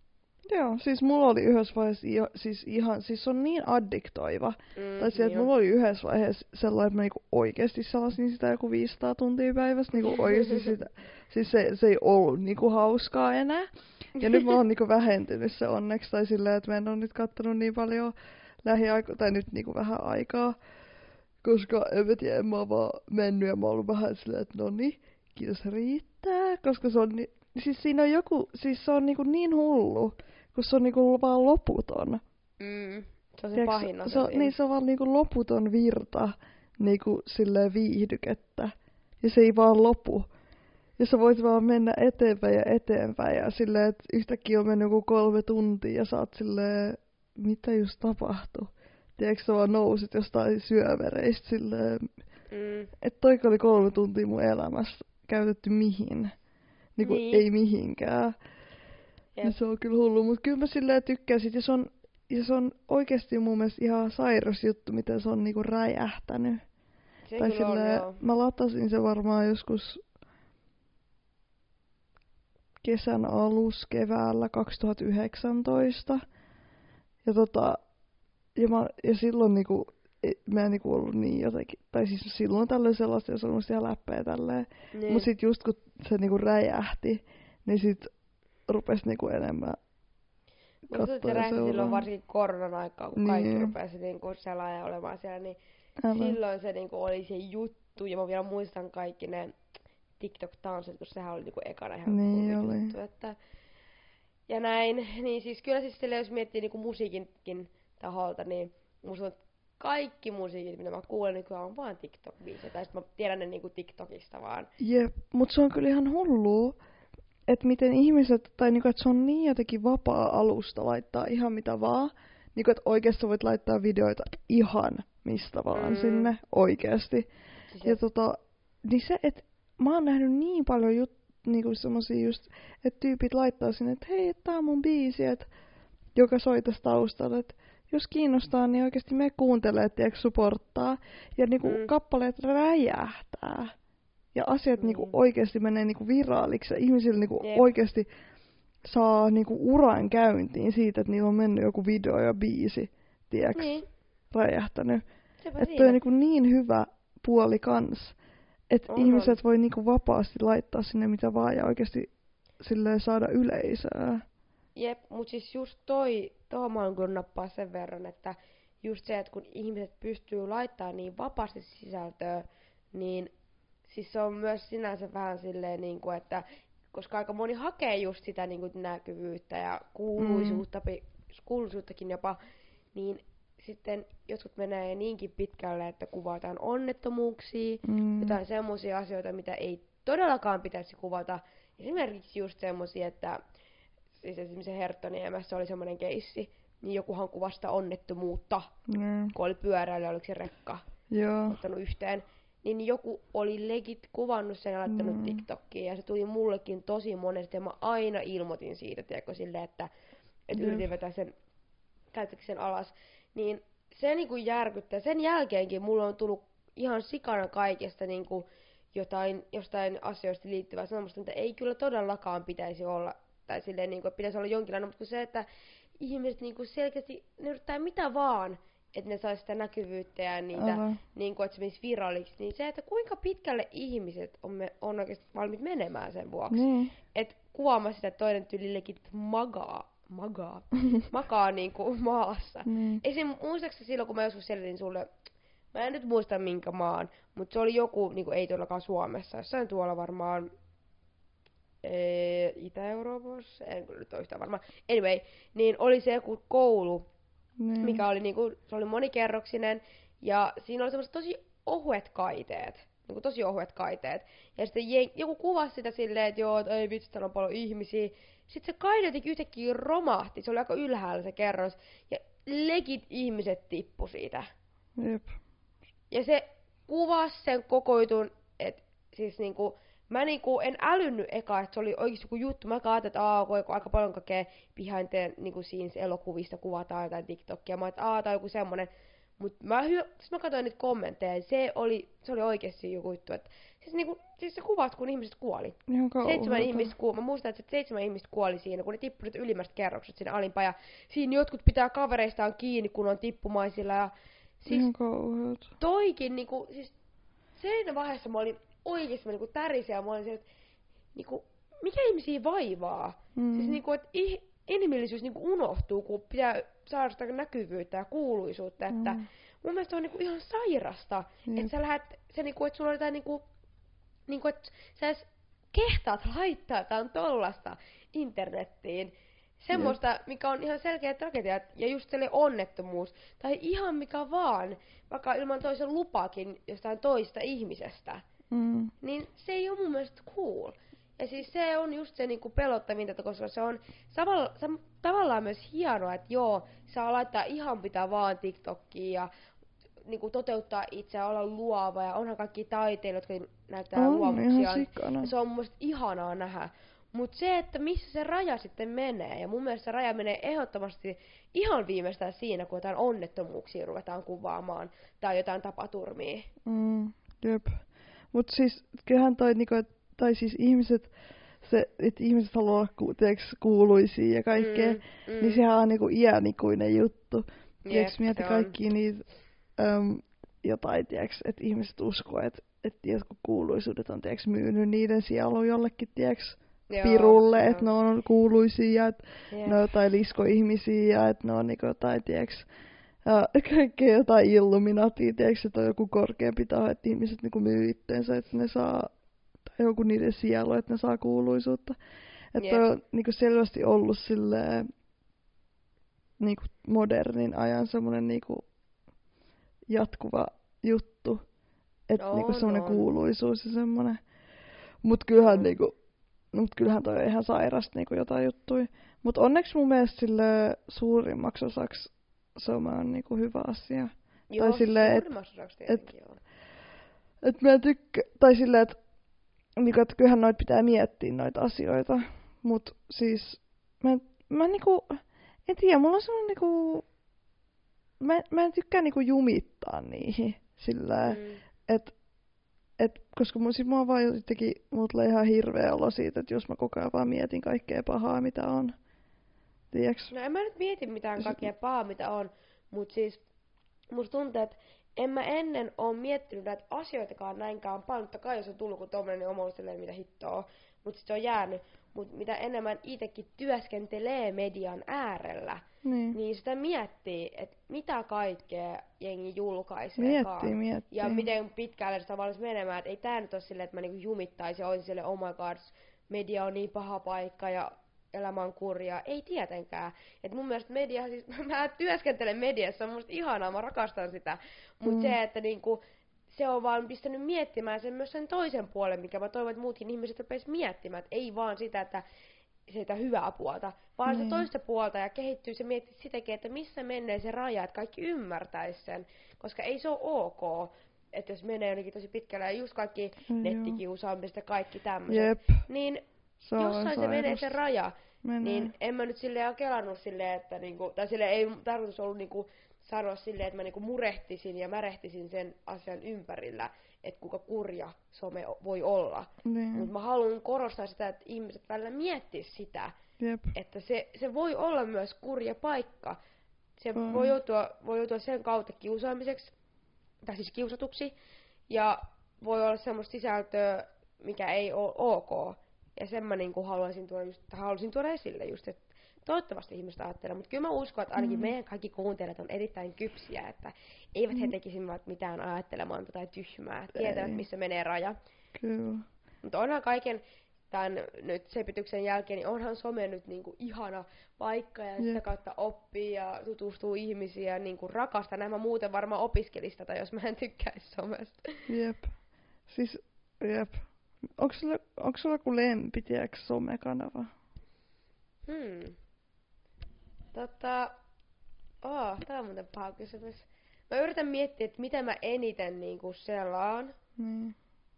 Joo, siis mulla oli yhdessä vaiheessa iho, siis ihan, siis se on niin addiktoiva. Mm, Tai se, että mulla oli yhdessä vaiheessa sellainen, että mä niinku oikeesti selasin sitä joku viisisataa tuntia päivässä. Niinku oikeesti sitä, siis se, se ei ollut niinku hauskaa enää. Ja nyt mä oon niinku vähentynyt se onneksi. Tai silleen, että mä en oo nyt kattonut niin paljon lähiaikoina, tai nyt niinku vähän aikaa. Koska en mä tiedä, mä oon vaan mennyt ja mä oon ollut vähän silleen, että no niin, kiitos riittää. Koska se on, ni- siis siinä on joku, siis se on niinku niin hullu, kun se on niinku vaan loputon. Mm, se on se Tiedätkö, pahin asia se on, siinä. niin se on vaan niinku loputon virta niinku silleen viihdykettä. Ja se ei vaan lopu. Ja sä voit vaan mennä eteenpäin ja eteenpäin. Ja silleen, että yhtäkkiä on mennyt joku kolme tuntia ja sä oot silleen, mitä just tapahtui? Tiedätkö, sä vaan nousit jostain syövereistä silleen, Mm. että toika oli kolme tuntia mun elämässä käytetty mihin. Niinku Niin. ei mihinkään. Ja Jep. se on kyllä hullu, mutta kyllä mä silleen tykkäsin. Ja se on, ja se on oikeesti mun mielestä ihan sairas juttu, miten se on niinku räjähtänyt. Se tai kyllä on, silleen, joo. mä latasin se varmaan joskus kesän alus keväällä kaksituhattayhdeksäntoista. Ja tota, ja, mä, ja silloin niinku, e- mä en niinku ollut niin jotenkin, tai siis silloin tällöin sellaista, jos on musta ihan läppää tälleen. Niin. Mut sit just kun se niinku räjähti, niin sit rupes niinku enemmän Musta tuntuu, että se ja räjähti silloin seuraamaan. varsinkin koronan aikaa, kun Niin. kaikki rupesi niinku selaamaan olemaan siellä, niin Älä. silloin se niinku oli se juttu, ja mä vielä muistan kaikki ne TikTok-tanssit, kun sehän oli niinku ekana ihan Niin hullu oli. juttu, että ja näin, niin siis kyllä siis silleen, jos miettii niinku musiikinkin taholta, niin musta on kaikki musiikit, mitä mä kuulen nykyään on vaan TikTok-biisejä, tai sit mä tiedän ne niinku TikTokista vaan. Jep, mut se on kyllä ihan hullua, että miten ihmiset, tai niinku, että se on niin jotenkin vapaa alusta laittaa ihan mitä vaan. Niinku, että oikeesti voit laittaa videoita ihan mistä vaan Mm. sinne, oikeesti. Siis Ja tota, niin se, että mä oon nähnyt niin paljon jut, niinku semmosia just, että tyypit laittaa sinne, että hei, tää on mun biisi, et, joka soi tässä taustalla, että jos kiinnostaa, niin oikeesti me kuuntelee, tiedätkö, supporttaa. Ja niinku Mm. kappaleet räjähtää. Ja asiat Mm. niinku oikeesti menee niinku viraaliksi. Ja ihmisillä niinku Jep. oikeesti saa niinku uran käyntiin siitä, että niillä on mennyt joku video ja biisi, tiedätkö, Niin, räjähtänyt. sepä Että toi siinä. on niinku niin hyvä puoli kans, että On, ihmiset voi niinku vapaasti laittaa sinne mitä vaan ja oikeasti silleen saada yleisöä. Jep, mut siis just toi, tohon mä oon kyllä nappaa sen verran, että just se, että kun ihmiset pystyy laittamaan niin vapaasti sisältöä, niin siis se on myös sinänsä vähän silleen niinku, että koska aika moni hakee just sitä niinku näkyvyyttä ja kuuluisuutta, mm. kuuluisuuttakin jopa, niin sitten jotkut menee niinkin pitkälle, että kuvataan onnettomuuksia, Mm. jotain semmoisia asioita, mitä ei todellakaan pitäisi kuvata. Esimerkiksi just semmoisia, että siis esimerkiksi Herttoniemessä oli semmoinen keissi, niin jokuhan kuvasi sitä onnettomuutta, Mm. kun oli pyöräily, oliko se rekka Joo. ottanut yhteen. Niin joku oli legit kuvannut sen ja laittanut Mm. TikTokiin, ja se tuli mullekin tosi monesti, ja mä aina ilmoitin siitä, tiedätkö, silleen, että, että Jep. yritin vetää sen, käyttäkö sen alas. Niin se niinku järkyttää. Sen jälkeenkin mulla on tullut ihan sikana kaikesta niinku jotain, jostain asioista liittyvää semmoista, mitä ei kyllä todellakaan pitäisi olla. Tai silleen, niinku, että pitäisi olla jonkinlainen, mutta se, että ihmiset niinku selkeästi, ne yrittää mitä vaan, että ne saisi sitä näkyvyyttä ja niitä, Älä. niinku, että se menisi viralliksi. Niin se, että kuinka pitkälle ihmiset on, me, on oikeasti valmiit menemään sen vuoksi. Niin. Että kuvaamassa sitä, että toinen tyylillekin magaa, magaa, makaa niinku maassa. Mm. Esim. Muistaakseni silloin, kun mä joskus selitin sulle, mä en nyt muista minkä maan, mutta se oli joku, niinku ei todellakaan Suomessa, jossain tuolla varmaan ee, Itä-Euroopassa, en kyllä nyt ole yhtään varmaan. Anyway, niin oli se joku koulu, Niin. mikä oli niinku, se oli monikerroksinen, ja siinä oli semmoiset tosi ohuet kaiteet. Niinku tosi ohuet kaiteet. Ja sitten jen- joku kuvasi sitä silleen, että joo, et ei vitsi, täällä on paljon ihmisiä. Sitten se kaide jotenkin yhtäkkiä romahti, se oli aika ylhäällä se kerros. Ja legit ihmiset tippu siitä. Jep. Ja se kuvasi sen koko jutun, että siis niinku, mä niinku en älynnyt eka, että se oli oikeesti joku juttu. Mä ajattelin, että aah, kun aika paljon kaikkea behind the niinku scenes elokuvista kuvataan jotain TikTokia. Mä ajattelin, että aah, tää on joku semmonen. Mut mä, hyö- siis mä katsoin niitä kommentteja, ja se oli, se oli oikeesti joku juttu, että siis, niinku, siis se kuvat, kun ihmiset kuoli. Ihan kauheeta. Seitsemän ihmistä kuoli. Mä muistan, että se seitsemän ihmistä kuoli siinä, kun ne tippuivat ylimmästä kerrokset sinne alimpaan. Ja siinä jotkut pitää kavereistaan kiinni, kun on tippumaisilla. Ja siis Ihan kauheeta. toikin, niinku, siis siinä vaiheessa mä olin oikeesti mä niinku tärisin ja mä olin siellä, että niinku, mikä ihmisiä vaivaa? Mm. Siis niinku, että ih- inhimillisyys niinku unohtuu, kun pitää saada sitä näkyvyyttä ja kuuluisuutta, että Mm. mun mielestä on niinku ihan sairasta, Jep. että sä lähdet, se niinku, että sulla on jotain niinku, niinku, että sä edes kehtaat laittaa jotain tollasta internettiin. Semmoista, mikä on ihan selkeä tragedia, ja just sellainen onnettomuus, tai ihan mikä vaan, vaikka ilman toisen lupaakin jostain toista ihmisestä, Mm. niin se ei ole mun mielestä cool. Ja siis se on just se niinku pelottavinta, koska se on samalla, sam, tavallaan myös hienoa, että joo, saa laittaa ihan mitä vaan TikTokiin ja niinku toteuttaa itseään, olla luova, ja onhan kaikki taiteilijat, jotka näyttää On, ihan luovuksiaan. sikana. Ja se on mun mielestä ihanaa nähdä. Mut se, että missä se raja sitten menee, ja mun mielestä se raja menee ehdottomasti ihan viimeistään siinä, kun jotain onnettomuuksia ruvetaan kuvaamaan, tai jotain tapaturmia. Mm. Jep. Mut siis, kyllähän toi niinku, et, tai siis ihmiset, se, että ihmiset haluaa olla ku, tiiäks, kuuluisia ja kaikkea, Mm, mm. niin sehän on niinku iänikuinen juttu. Tiiäks, Jep, mieti se on. kaikki niitä äm, jotain, tiiäks, että ihmiset uskoo, että et jotkut kuuluisuudet on tiiäks, myynyt niiden sielu jollekin, tiiäks, Joo, pirulle, joo. että ne on kuuluisia ja että Jep. ne on jotain liskoihmisiä ja että ne on niinku jotain, tiiäks, ja kaikkea jotain illuminatia, tiiäks, että on joku korkeampi taho, että ihmiset niinku myy itteensä, että ne saa, tai joku niiden sielu, että ne saa kuuluisuutta. Että Jep. on niinku selvästi ollut silleen, niinku modernin ajan semmonen niinku jatkuva juttu, että On, niinku semmonen on. kuuluisuus ja semmonen. Mut kyllähän Mm. niinku, mut kyllähän toi on ihan sairasta niinku jotain juttui. Mut onneksi mun mielestä sille suurimmaksi osaksi some on niinku hyvä asia. Joo, tai silleen, et- suurimmaksi osaksi tietenkin on. Et mä tykkään, tai silleen, että niinku, et kyllähän noit pitää miettiä noita asioita. Mut siis, mä, mä niinku, en tiedä, mulla on semmonen niinku, mä, mä en tykkää niinku jumittaa niihin sillä Mm. et, et, koska mun, siis mua vaan jotenkin, mulla tulee ihan hirveä olo siitä, että jos mä koko ajan vaan mietin kaikkea pahaa, mitä on. Tiedäks? No en mä nyt mieti mitään Se- kaikkea pahaa, mitä on, mut siis musta tuntuu, että en mä ennen oo miettinyt näitä asioitakaan näinkään paljon. Totta kai jos on tullut kun tommonen, niin on ollut silleen, mitä hittoa. Mut sit se on jäänyt. Mut mitä enemmän itekin työskentelee median äärellä, Niin. niin sitä miettii, että mitä kaikkea jengi julkaisee. Miettii, miettii. Ja miten pitkälle sitä valmis menemään. Et ei tää nyt oo silleen, että mä niinku jumittaisin ja olisin silleen, oh my god, media on niin paha paikka ja elämä on kurjaa. Ei tietenkään. Et mun mielestä media, siis mä työskentelen mediassa, on musta ihanaa, mä rakastan sitä. Mut Mm. se, että niinku, se on vaan pistänyt miettimään sen myös sen toisen puolen, mikä mä toivon, että muutkin ihmiset rupes miettimään. Et ei vaan sitä, että sitä hyvää puolta, vaan Niin. se toista puolta ja kehittyy se miettii sitäkin, että missä menee se raja, että kaikki ymmärtäis sen. Koska ei se ole ok, että jos menee jonnekin tosi pitkälle ja just kaikki Joo. nettikiusaamiset ja kaikki tämmöiset, Jep. niin Se on jossain se menee se sairasta. raja. Menee. Niin en mä nyt silleen ole kelannut silleen, että niinku, tai silleen ei tarkoitus ollut niinku sanoa silleen, että mä niinku murehtisin ja märehtisin sen asian ympärillä, että kuinka kurja some o- voi olla. Niin. Mutta mä haluan korostaa sitä, että ihmiset välillä miettis sitä, Jep. että se, se voi olla myös kurja paikka. Se Mm. voi, joutua, voi joutua sen kautta kiusaamiseksi, tai siis kiusatuksi, ja voi olla semmoista sisältöä, mikä ei ole ok. Ja sen mä niinku haluaisin tuoda, just, haluaisin tuoda esille just, että toivottavasti ihmiset ajattelee, mutta kyllä mä uskon, että ainakin Mm. meidän kaikki kuuntelijat on erittäin kypsiä, että eivät he Mm. tekisi mitään ajattelemaan tai tyhmää, Ei. tietävät missä menee raja. Kyllä. Mutta onhan kaiken tämän nyt sepityksen jälkeen, niin onhan some nyt niinku ihana paikka ja sitä Jep. kautta oppii ja tutustuu ihmisiin ja niinku rakastaa. Näin mä muuten varmaan opiskelista tai jos mä en tykkäisi somesta. Jep. Siis, jep. Onks sulla, onks sulla kun lempi, tiedäks, somekanava? Hmm. Tota, oh, tää on muuten paha kysymys. Mä yritän miettiä, että mitä mä eniten niinku selaan. Niin.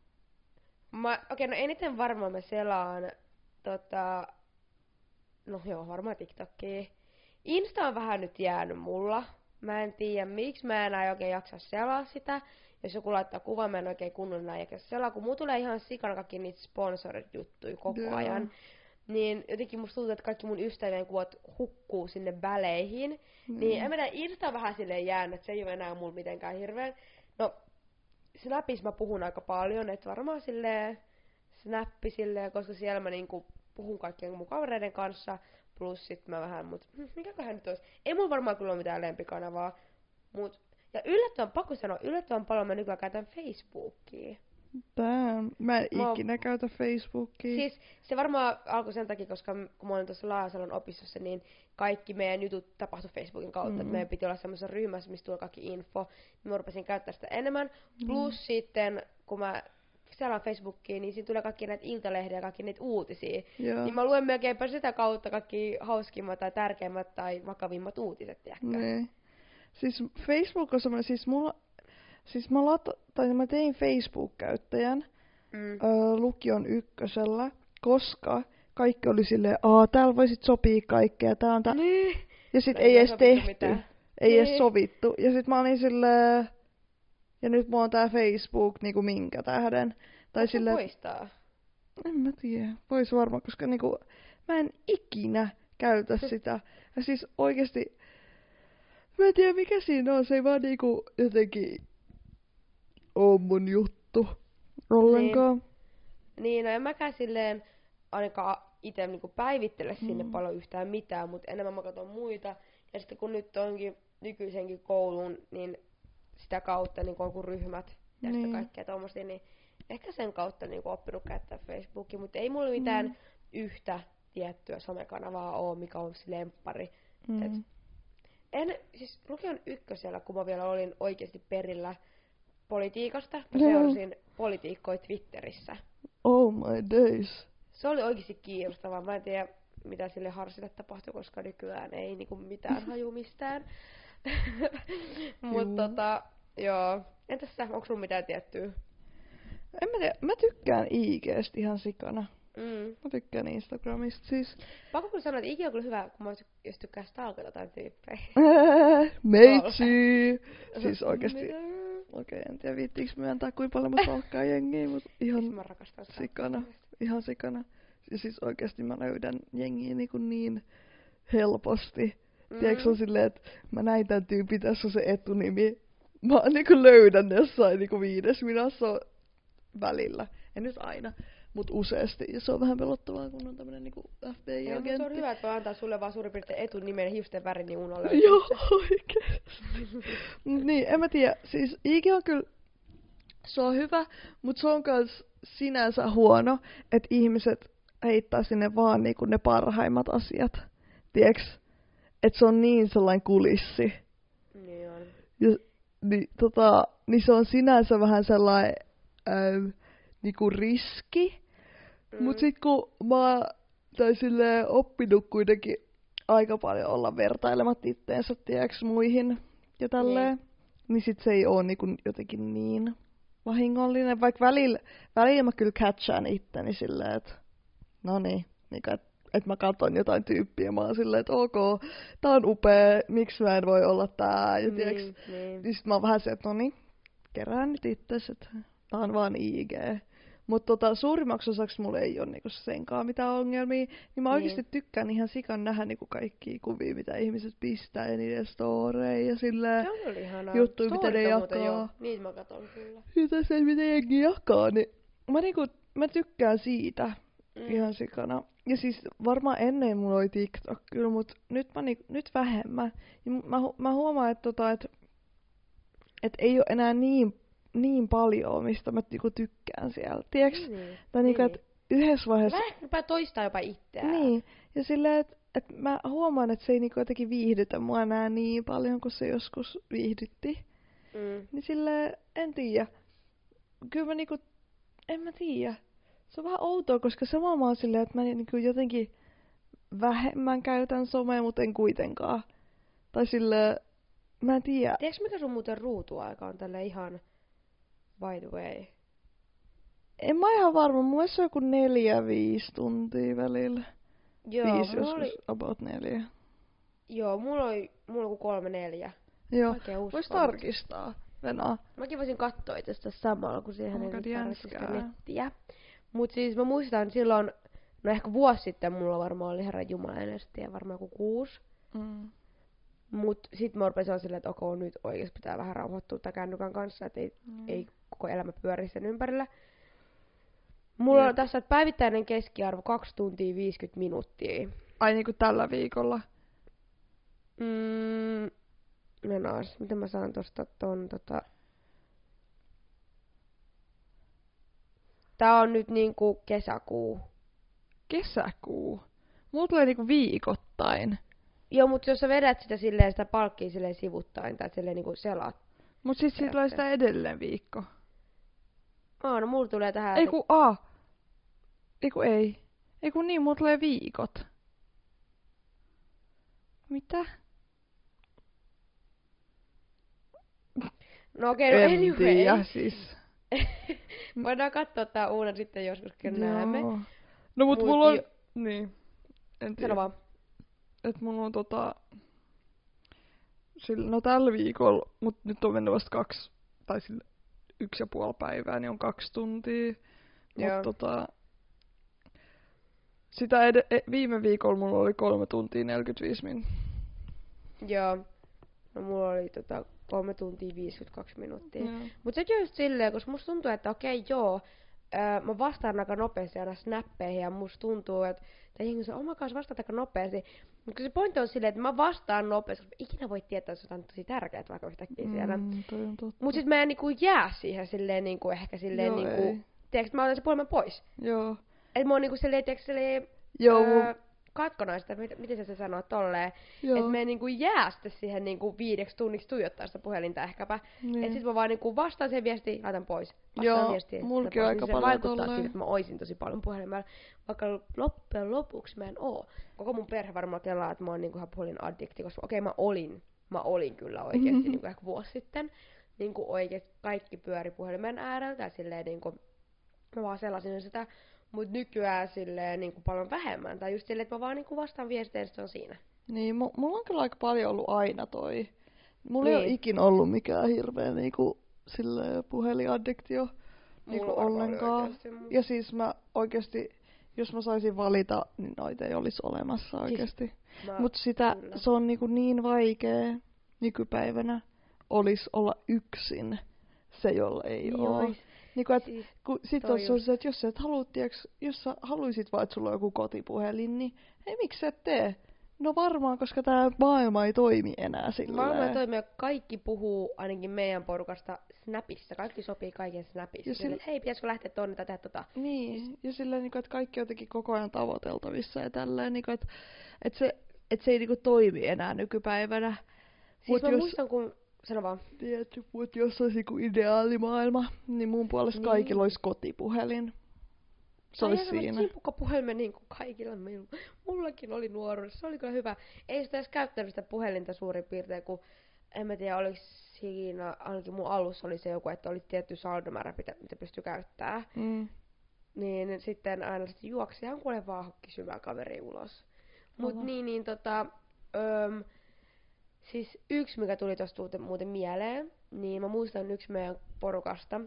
Mä, okei, no eniten varmaan mä selaan, tota, no joo, varmaan TikTokia. Insta on vähän nyt jäänyt mulla. Mä en tiedä, miksi mä en oikein jaksa selaa sitä. Jos joku laittaa kuvan, mä en oikein kunnon näin jaksa selaa, kun mulla tulee ihan sikana kaikki niitä sponsorit juttuja koko Joo. ajan. Niin jotenkin musta tuntuu, että kaikki mun ystävien kuvat hukkuu sinne väleihin. Mm. Niin en mä tiedä, Insta on vähän silleen jäänyt, että se ei ole enää mulla mitenkään hirveän. No, Snapissa mä puhun aika paljon, että varmaan silleen Snappi silleen, koska siellä mä niinku puhun kaikkien mun kavereiden kanssa. Plus sit mä vähän, mut hm, mikäköhän nyt ois. Ei mulla varmaan kyllä ole mitään lempikanavaa. Mut, ja yllättävän, pakko sanoa, yllättävän paljon mä nykyään käytän Facebookia. Damn. Mä en Mä oon- ikinä käytä Facebookia. Siis se varmaan alkoi sen takia, koska m- kun mä olin tuossa Laasalon opistossa, niin kaikki meidän jutut tapahtui Facebookin kautta. Mm. Mm. Meidän piti olla semmoisessa ryhmässä, missä tuli kaikki info. Niin mä rupesin käyttää sitä enemmän. Plus Mm. sitten, kun mä selaan Facebookiin, niin siinä tulee kaikki näitä iltalehdiä ja kaikki niitä uutisia. Joo. Niin mä luen melkeinpä sitä kautta kaikki hauskimmat tai tärkeimmät tai vakavimmat uutiset, tiedätkö? Niin. Siis Facebook on semmoinen, siis mulla, siis mä, lata, tai mä tein Facebook-käyttäjän Mm. öö, lukion ykkösellä, koska kaikki oli silleen, aa, täällä voisit sopia kaikkea, tää on tää. Niin. Ja sit Ei ei ole edes sovittu tehty, mitään. ei Niin. edes sovittu. Ja sit mä olin silleen, ja nyt mulla on tää Facebook niinku minkä tähden. Tai Voitko silleen, poistaa? en mä tiedä, vois varmaan, koska niinku, mä en ikinä käytä sitä. Ja siis oikeesti, mä en tiedä mikä siinä on, se ei vaan niinku jotenkin oo mun juttu ollenkaan. Niin, no en mäkään silleen ainakaan itse niinku päivittele sinne Mm. paljon yhtään mitään, mutta enemmän mä katson muita. Ja sitten kun nyt onkin nykyisenkin kouluun, niin sitä kautta niin on kuin ryhmät ja Niin. sitä kaikkea tommosia, niin ehkä sen kautta niin oppinut käyttää Facebookia, mutta ei mulla mitään Mm. yhtä tiettyä somekanavaa oo, mikä on se lemppari. Mm. Et En, siis lukion ykkösellä, kun mä vielä olin oikeasti perillä politiikasta, mä Joo. seurasin politiikkoja Twitterissä. Oh my days. Se oli oikeasti kiinnostavaa. Mä en tiedä, mitä sille Harsille tapahtui, koska nykyään ei niinku mitään haju mistään. Juu. Mut tota, joo. Entäs sä, onko sulla mitään tiettyä? En mä tiedä, mä tykkään I G:stä ihan sikana. Mm. Mä tykkään Instagramista siis. Pakko kyllä sanoa, että Iki on kyllä hyvä, kun mä ois- jos tykkää stalkata jotain tyyppejä. Meitsi! Siis oikeesti, Mitä? okei, en tiedä viittiinkö myöntää kuinka paljon mä stalkkaan jengiä, mut Siis ihan mä rakastan sikana. stalkkaamista. Ihan sikana. Ja siis oikeesti mä löydän jengiä niinku niin helposti. Mm. Tiedätkö on silleen, että mä näin tän tyypin, tässä on se etunimi. Mä niinku löydän ne jossain niinku viides minassa välillä. En nyt aina, mut useasti. Ja se on vähän pelottavaa, kun on tämmönen niinku F B Ei, mut se on I-agentti. hyvä, että voi antaa sulle vaan suurin piirtein etunimen ja hiusten värin, niin uno Joo, oikeesti. Mut niin, en mä tiedä. Siis I G on kyllä, se on hyvä, mut se on kans sinänsä huono, että ihmiset heittää sinne vaan niinku ne parhaimmat asiat. Tiedäks? Et se on niin sellainen kulissi. Niin on. Ja, niin, tota, niin se on sinänsä vähän sellainen ähm, niinku riski. Mm. Mut sit kun mä tai silleen oppinut kuitenkin aika paljon olla vertailematta itteensä, tiedäks, muihin ja tälleen, niin, niin sit se ei oo niinku jotenkin niin vahingollinen. Vaikka välillä, välillä mä kyllä catchaan itteni silleen, että no niin, että et mä katon jotain tyyppiä ja mä oon silleen, että ok, tää on upea, miksi mä en voi olla tää, ja tiedäks, Niin, niin. niin sit mä oon vähän se, että no niin, kerään nyt itses, että tää on vaan I G. Mutta tota, suurimmaksi osaksi mulla ei ole niinku senkaan mitään ongelmia. Niin mä oikeesti Niin. tykkään ihan sikan nähdä niinku kaikkia kuvia, mitä ihmiset pistää ja niiden storeja ja silleen. Se on kyllä ihanaa. juttuja, mitä Storit ne on muuten jakaa. jo. Niitä mä katon kyllä. Mitä se, mitä jengi jakaa, niin mä, niinku, mä tykkään siitä Mm. ihan sikana. ja siis varmaan ennen mulla oli TikTok kyllä, mut nyt, mä ni, nyt vähemmän. Ja mä, hu- mä huomaan, että tota, et, et ei ole enää niin, niin paljon, mistä mä niinku tykkään siellä. Tiedätkö? Niin, Tai niin, niinku, niin. että yhdessä vaiheessa... Vähän ehkä toistaa jopa itseään. Niin, ja silleen, että et mä huomaan, että se ei niinku jotenkin viihdytä mua enää niin paljon, kuin se joskus viihdytti. Mm. Niin silleen, en tiedä. Kyllä mä niinku, en mä tiedä. Se on vähän outoa, koska sama mä oon silleen, että mä niinku jotenkin vähemmän käytän somea, mutta en kuitenkaan. Tai silleen, mä en tiedä. Tiedätkö mikä sun muuten ruutuaika on tälle ihan by the way? En mä ihan varma, mulla se on joku neljä, viisi tuntia välillä. Joo, Viisi mulla joskus, oli, about neljä. joo, mulla oli, mulla oli kolme neljä. Joo, Oikein uskoa. vois tarkistaa. Venää. Mäkin voisin katsoa itse asiassa samalla, kun siihen Onko ei nyt tarvitse sitä jänskää? nettiä. Mut siis mä muistan silloin, no ehkä vuosi sitten mulla varmaan oli Herran Jumala ja varmaan joku kuusi. Mm. Mut sit mä rupesin silleen, että okei, nyt oikeesti pitää vähän rauhoittua tämän kännykän kanssa, että ei, Mm. ei koko elämä pyöri sen ympärillä. Mulla Jep. on tässä päivittäinen keskiarvo kaksi tuntia viisikymmentä minuuttia. Ai niinku tällä viikolla. Mm, menaas, miten mä saan tosta ton tota... Tää on nyt niinku kesäkuu. Kesäkuu. Mulla tulee niinku viikoittain. Joo, mutta jos sä vedät sitä silleen sitä palkkia silleen sivuttain tai silleen niinku selaat. Mut sit siitä tulee sitä edelleen viikko. Aa, no mulla tulee tähän... Ei ku a. Ei ku ei. Ei ku niin, mulla tulee viikot. Mitä? No okei, okay, no En anyway. tiedä siis. Voidaan katsoa tää uuden sitten joskus, kun näemme. Joo. No mut Mut mulla on... jo- Niin. En tiedä. Sano vaan. Et mulla on tota... Sillä, no tällä viikolla, mut nyt on mennyt vasta kaksi, tai sillä yksi ja puoli päivää, niin on kaksi tuntia. Joo. Mut tota... Sitä ed- e- viime viikolla mulla oli kolme tuntia neljäkymmentäviisi min. Joo. No mulla oli tota kolme tuntia viisikymmentäkaksi minuuttia. Joo. Mut sekin on just silleen, koska musta tuntuu, että okei joo, ää, mä vastaan aika nopeasti aina snappeihin ja musta tuntuu, että tai jengi sanoo, oh my god, vastaat aika nopeasti. Mutta se pointti on silleen, että mä vastaan nopeasti, koska ikinä voi tietää, että se on tosi tärkeää vaikka yhtäkkiä siellä. Mm, toi on totta. Mut sit mä en niinku jää siihen silleen niinku ehkä silleen Joo, niinku, ei. tiedätkö, mä otan sen puhelimen pois. Joo. Et mä oon niinku silleen, tiedätkö, silleen, Joo, öö, mun... katkonaista, mit, miten sä se sanoo tolleen, Joo. että me ei niinku jää sitten siihen niinku viideksi tunniksi tuijottaa sitä puhelinta ehkäpä. Niin. Et sit mä vaan niinku vastaan sen viestiin, laitan pois. Vastaan Joo, viestiin, mulki laitan on pois. aika Niin se paljon vaikuttaa tolleen. siltä, että mä oisin tosi paljon puhelimella. Vaikka loppujen lopuksi mä en oo. Koko mun perhe varmaan kelaa, että mä oon niinku ihan puhelin addikti, koska okei okay, mä olin. Mä olin kyllä oikeesti Mm-hmm. niinku ehkä vuosi sitten. Niinku oikeesti kaikki pyöri puhelimen ääreltä ja silleen niinku mä vaan selasin sitä. Mut nykyään silleen niinku paljon vähemmän. Tai just silleen, että mä vaan niinku vastaan viesteen, se on siinä. Niin, mu- mulla on kyllä aika paljon ollut aina toi. Mulla Niin. ei ole ikin ollut mikään hirveä niinku silleen puhelinaddiktio niinku Mulla varmaan oli ollenkaan. oikeesti, mut- Ja siis mä oikeesti, jos mä saisin valita, niin noita ei olisi olemassa oikeesti. Mä, Mut sitä, kyllä. se on niinku niin vaikea nykypäivänä olisi olla yksin se, jolla ei Niin oo. ois. Niinku, et, Siis, kun sit toi on se, just. että jos sä et halua, tiiäks, jos sä haluisit vaan, että sulla on joku kotipuhelin, niin hei, miksi sä et tee? No varmaan, koska tää maailma ei toimi enää sillä maailma ei toimi ja kaikki puhuu ainakin meidän porukasta Snapissa. Kaikki sopii kaiken Snapissa. Ja Silleen, sillä- että hei, pitäisikö lähteä tonne tai tehdä tota. Niin, ja silleen, niinku, että kaikki on jotenkin koko ajan tavoiteltavissa ja tälleen, niinku, että et se, et se ei niinku toimi enää nykypäivänä. Siis Mut mä jos- muistan, kun... Sano vaan. Tiedätkö, mut jos olisi joku ideaalimaailma, niin mun puolesta Niin. kaikilla olisi kotipuhelin. Se olisi siinä. Simpukkapuhelin niin kuin kaikilla meillä. Mullakin oli nuoruudessa. Se oli kyllä hyvä. Ei sitä edes käyttänyt sitä puhelinta suurin piirtein, kun en mä tiedä, oliko siinä, ainakin mun alussa oli se joku, että oli tietty saldomäärä, mitä, mitä pystyi käyttämään. Mm. Niin sitten aina sitten juoksi ihan kuule vaan hokki syvää kaveri ulos. Mut Oho. niin, niin tota... Öm, siis yksi, mikä tuli tosta muuten, muuten mieleen, niin mä muistan yksi meidän porukasta.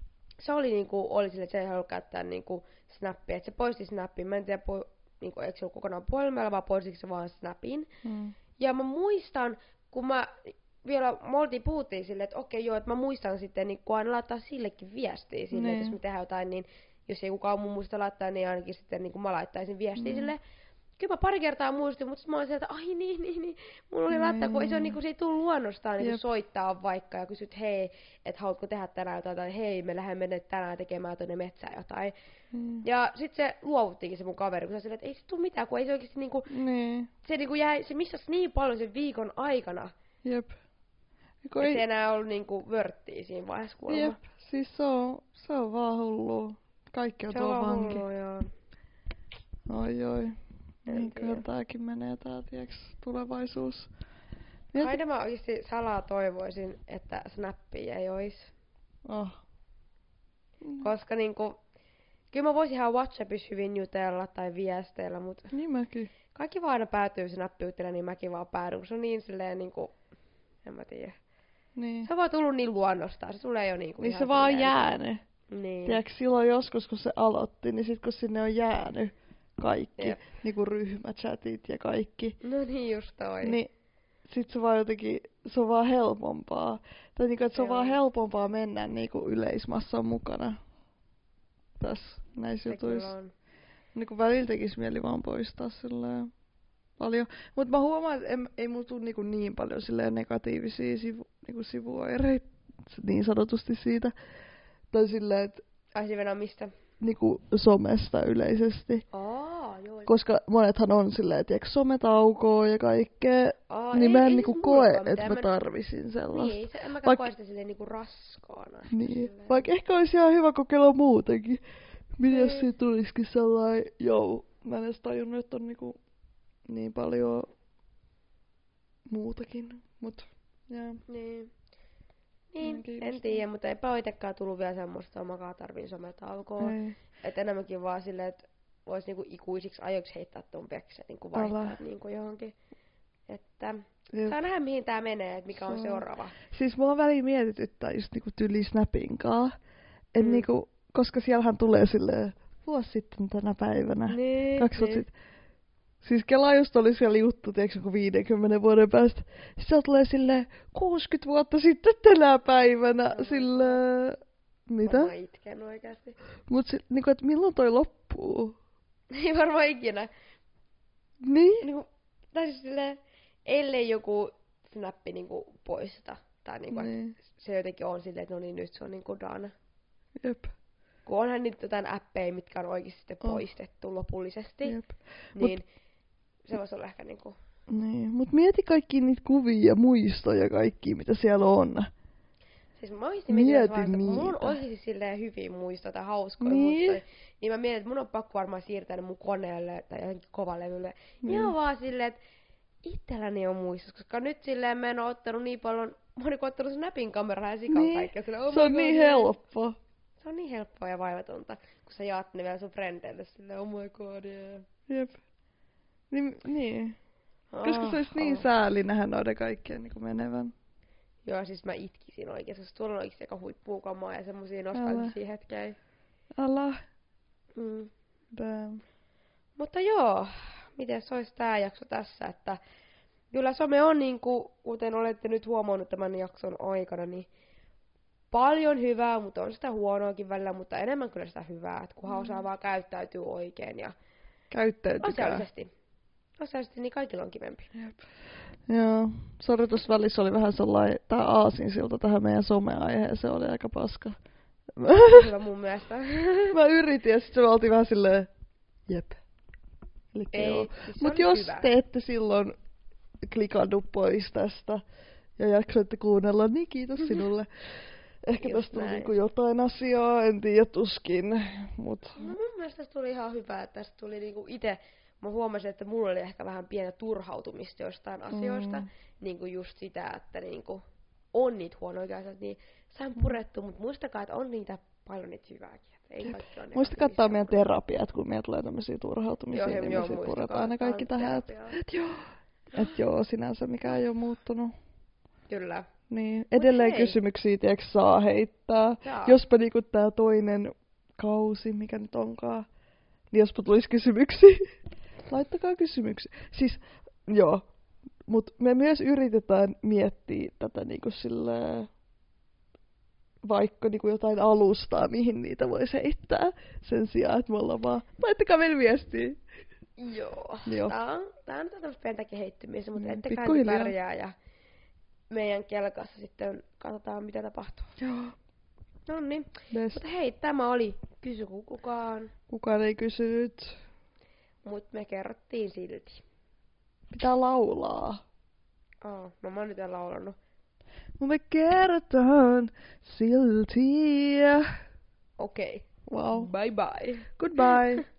Se oli niinku, oli sille, että se ei halua käyttää niinku snappia, että se poisti snappin. Mä en tiedä, po, niinku, eikö se ollut kokonaan puhelimella, vaan poistiko se vaan snapin. Mm. Ja mä muistan, kun mä vielä, me oltiin, puhuttiin silleen, että okei joo, että mä muistan sitten niin kun aina laittaa sillekin viestiä silleen, Niin. että jos me tehdään jotain, niin jos ei kukaan muu muista laittaa, niin ainakin sitten niin kuin mä laittaisin viestiä Mm. silleen. Kyllä mä pari kertaa muistin, mutta sitten mä olin sieltä, ai niin, niin, niin. Mulla oli laittaa, kun ei se, on, niinku, se ei tullut luonnostaan niinku, soittaa vaikka ja kysyt, hei, että haluatko tehdä tänään jotain, tai hei, me lähdemme nyt tänään tekemään tuonne metsään jotain. Mm. Ja sit se luovuttikin se mun kaveri, kun se silleen, että ei se tule mitään, kun ei se oikeesti niinku, Niin. se niinku jäi, se missasi niin paljon sen viikon aikana, Jep. että ei... se enää ollut niinku vörttiä siinä vaiheessa kuulemma. Jep, siis se on, se on vaan hullua. Kaikki on Se tuo on vanki. hullu, joo. Oi oi. En Niinköhän tiedä. tääkin menee tää, tiiäks, tulevaisuus. Aina mä oikeesti salaa toivoisin, että snappia ei ois. Oh. Koska niinku, kyllä mä voisin ihan WhatsAppissa hyvin jutella tai viesteillä, mutta Niin mäkin. kaikki vaan aina päätyy snappijuttelemaan, niin mäkin vaan päädyn, kun se on niin silleen niinku, en mä tiedä. Niin. Se on vaan tullut niin luonnostaan, se tulee jo niinku Niin ihan se vaan on silleen- jäänyt. Niin. Tiedätkö, silloin joskus kun se aloitti, niin sit kun sinne on jäänyt kaikki, Jep. niinku ryhmächatit ja kaikki, No niin just toi. niin sit se vaan jotenkin, se on vaan helpompaa. Tai niinku, että se on Se vaan on. helpompaa mennä niinku yleismassan mukana tässä näissä Se jutuissa. kyllä on. Niinku välillä tekis mieli vaan poistaa silleen paljon. Mut mä huomaan, että en, ei mulla tuu niinku niin paljon silleen negatiivisia sivu, niinku sivuoireita niin sanotusti siitä. Tai silleen, että Ai se venää mistä? niinku somesta yleisesti. Aa, joo. Koska monethan on silleen, että sometaukoa ja kaikkea, Aa, niin ei, mä en ei niinku siis koe, mullakaan että mitään. mä Mä- tarvisin sellaista. Niin, se, en mäkään Vaik- koe sitä silleen niinku raskaana. Niin. Silleen. Vaikka ehkä olisi ihan hyvä kokeilla muutenkin. Mitä jos Niin. siitä tulisikin sellainen, joo, mä en edes tajunnut, että on niinku niin paljon muutakin, mut jää. Niin. Niin, Mm, kiinnostaa. en tiedä, mutta eipä ole itsekään tullut vielä semmoista, että mäkaan tarviin sometaukoa. Ei. Että enemmänkin vaan silleen, että vois niinku ikuisiksi ajoiksi heittää ton peksen niinku vaihtaa Älä. niinku johonkin. Että Jep. saa nähdä mihin tää menee, että mikä on Saa. seuraava. Siis mua väliin mietityttää just niinku tyli Snapinkaan. Et Mm. niinku, koska siellähän tulee silleen vuosi sitten tänä päivänä. Niin, Kaksi vuotta niin. sitten. Siis Kela just oli siellä juttu, tiedätkö, kun viidenkymmenen vuoden päästä. Sitten sieltä tulee silleen kuusikymmentä vuotta sitten tänä päivänä. Joo. Silleen, mitä? Varmaan itken oikeasti. Mut si- niinku, et milloin toi loppuu? Ei varmaan ikinä. Niin? Niinku, tai siis silleen, ellei joku snappi niinku poista. Tai niinku, Niin. niin. se jotenkin on silleen, että no niin, nyt se on niinku done. Jep. Kun onhan niitä jotain appeja, mitkä on oikeasti sitten On. poistettu lopullisesti. Jep. Niin se voisi olla ehkä niinku... Niin. Mut mieti kaikki niitä kuvia ja muistoja kaikki, mitä siellä on. Siis mä oikeesti Mieti mietin vasta, kun mulla on niitä. oikeesti silleen hyviä muistoja tai hauskoja Niin. muistoja. Niin mä mietin, että mun on pakko varmaan siirtää ne mun koneelle tai johonkin kovalevylle. Niin. Ihan vaan silleen, että itselläni on muistos, koska nyt silleen mä en oo ottanut niin paljon, mä oon niinku ottanut Snapin kameraa ja sikan Niin. kaikkea. Silleen, oh Se my on god, niin yeah. helppo. Se on niin helppoa ja vaivatonta, kun sä jaat ne vielä sun frendeille silleen, oh my god, yeah. Jep. Niin, niin. Koska se olisi niin oh. sääli nähdä noiden kaikkien niin menevän. Joo, siis mä itkisin oikeesti, koska tuolla on oikeesti aika huippuukamaa ja semmosia nostalgisia hetkiä. Älä. Mm. Damn. Mutta joo, miten se olisi tää jakso tässä, että kyllä some on niinku, kuten olette nyt huomannut tämän jakson aikana, niin paljon hyvää, mutta on sitä huonoakin välillä, mutta enemmän kyllä sitä hyvää, että kunhan Mm. osaa vaan käyttäytyy oikein ja Käyttäytykää. asiallisesti. Asiallisesti niin kaikilla on kivempi. Jep. Joo. Sori, tuossa välissä oli vähän sellainen, tää aasinsilta tähän meidän someaiheeseen oli aika paska. Hyvä mun mielestä. Mä yritin ja sitten me oltiin vähän silleen, jep. Elikkä Ei, joo. siis se Mut oli jos hyvä. te ette silloin klikannut pois tästä ja jaksoitte kuunnella, niin kiitos sinulle. Ehkä Just tästä tuli näin. niinku jotain asiaa, en tiedä tuskin, mut No mun mielestä tästä tuli ihan hyvä, että tästä tuli niinku ite, mä huomasin, että mulla oli ehkä vähän pientä turhautumista jostain asioista. Mm. Niinku just sitä, että niinku on niitä huonoja asioita, niin sain purettua, mutta muistakaa, että on niitä paljon niitä hyvääkin. Että ei kaikki ole muistakaa negatiivisia. ottaa meidän terapiat, kun meillä tulee tämmöisiä turhautumisia, Joo, niin joo, me sit muistakaa puretaan ne ottaa kaikki tähän. Et, terapiaa. et joo, et joo, sinänsä mikään ei ole muuttunut. Kyllä. Niin, edelleen hei. kysymyksiä tiiäks, saa heittää. Saa. Jospa niinku tää toinen kausi, mikä nyt onkaan, niin jospa tulisi kysymyksiä. Laittakaa kysymyksiä. Siis, joo, mut me myös yritetään miettiä tätä niinku silleen vaikka niinku jotain alustaa, mihin niitä voisi heittää sen sijaan, että me ollaan vaan, laittakaa meille viestiä. Joo. Joo. Tää on, tää on tämmöistä pientäkin heittymistä, mutta Mm, etteköhän te pikkuhiljaa. pärjää ja meidän kelkassa sitten katsotaan mitä tapahtuu. Joo. No niin. Best. Mutta hei, tämä oli Kysy kukaan, Kukaan ei kysynyt. mutta me kerrottiin silti. Pitää laulaa. Aa, no mä oon nyt laulanut. Mut me kerrotaan silti. Okei. Wow. Bye bye. Goodbye.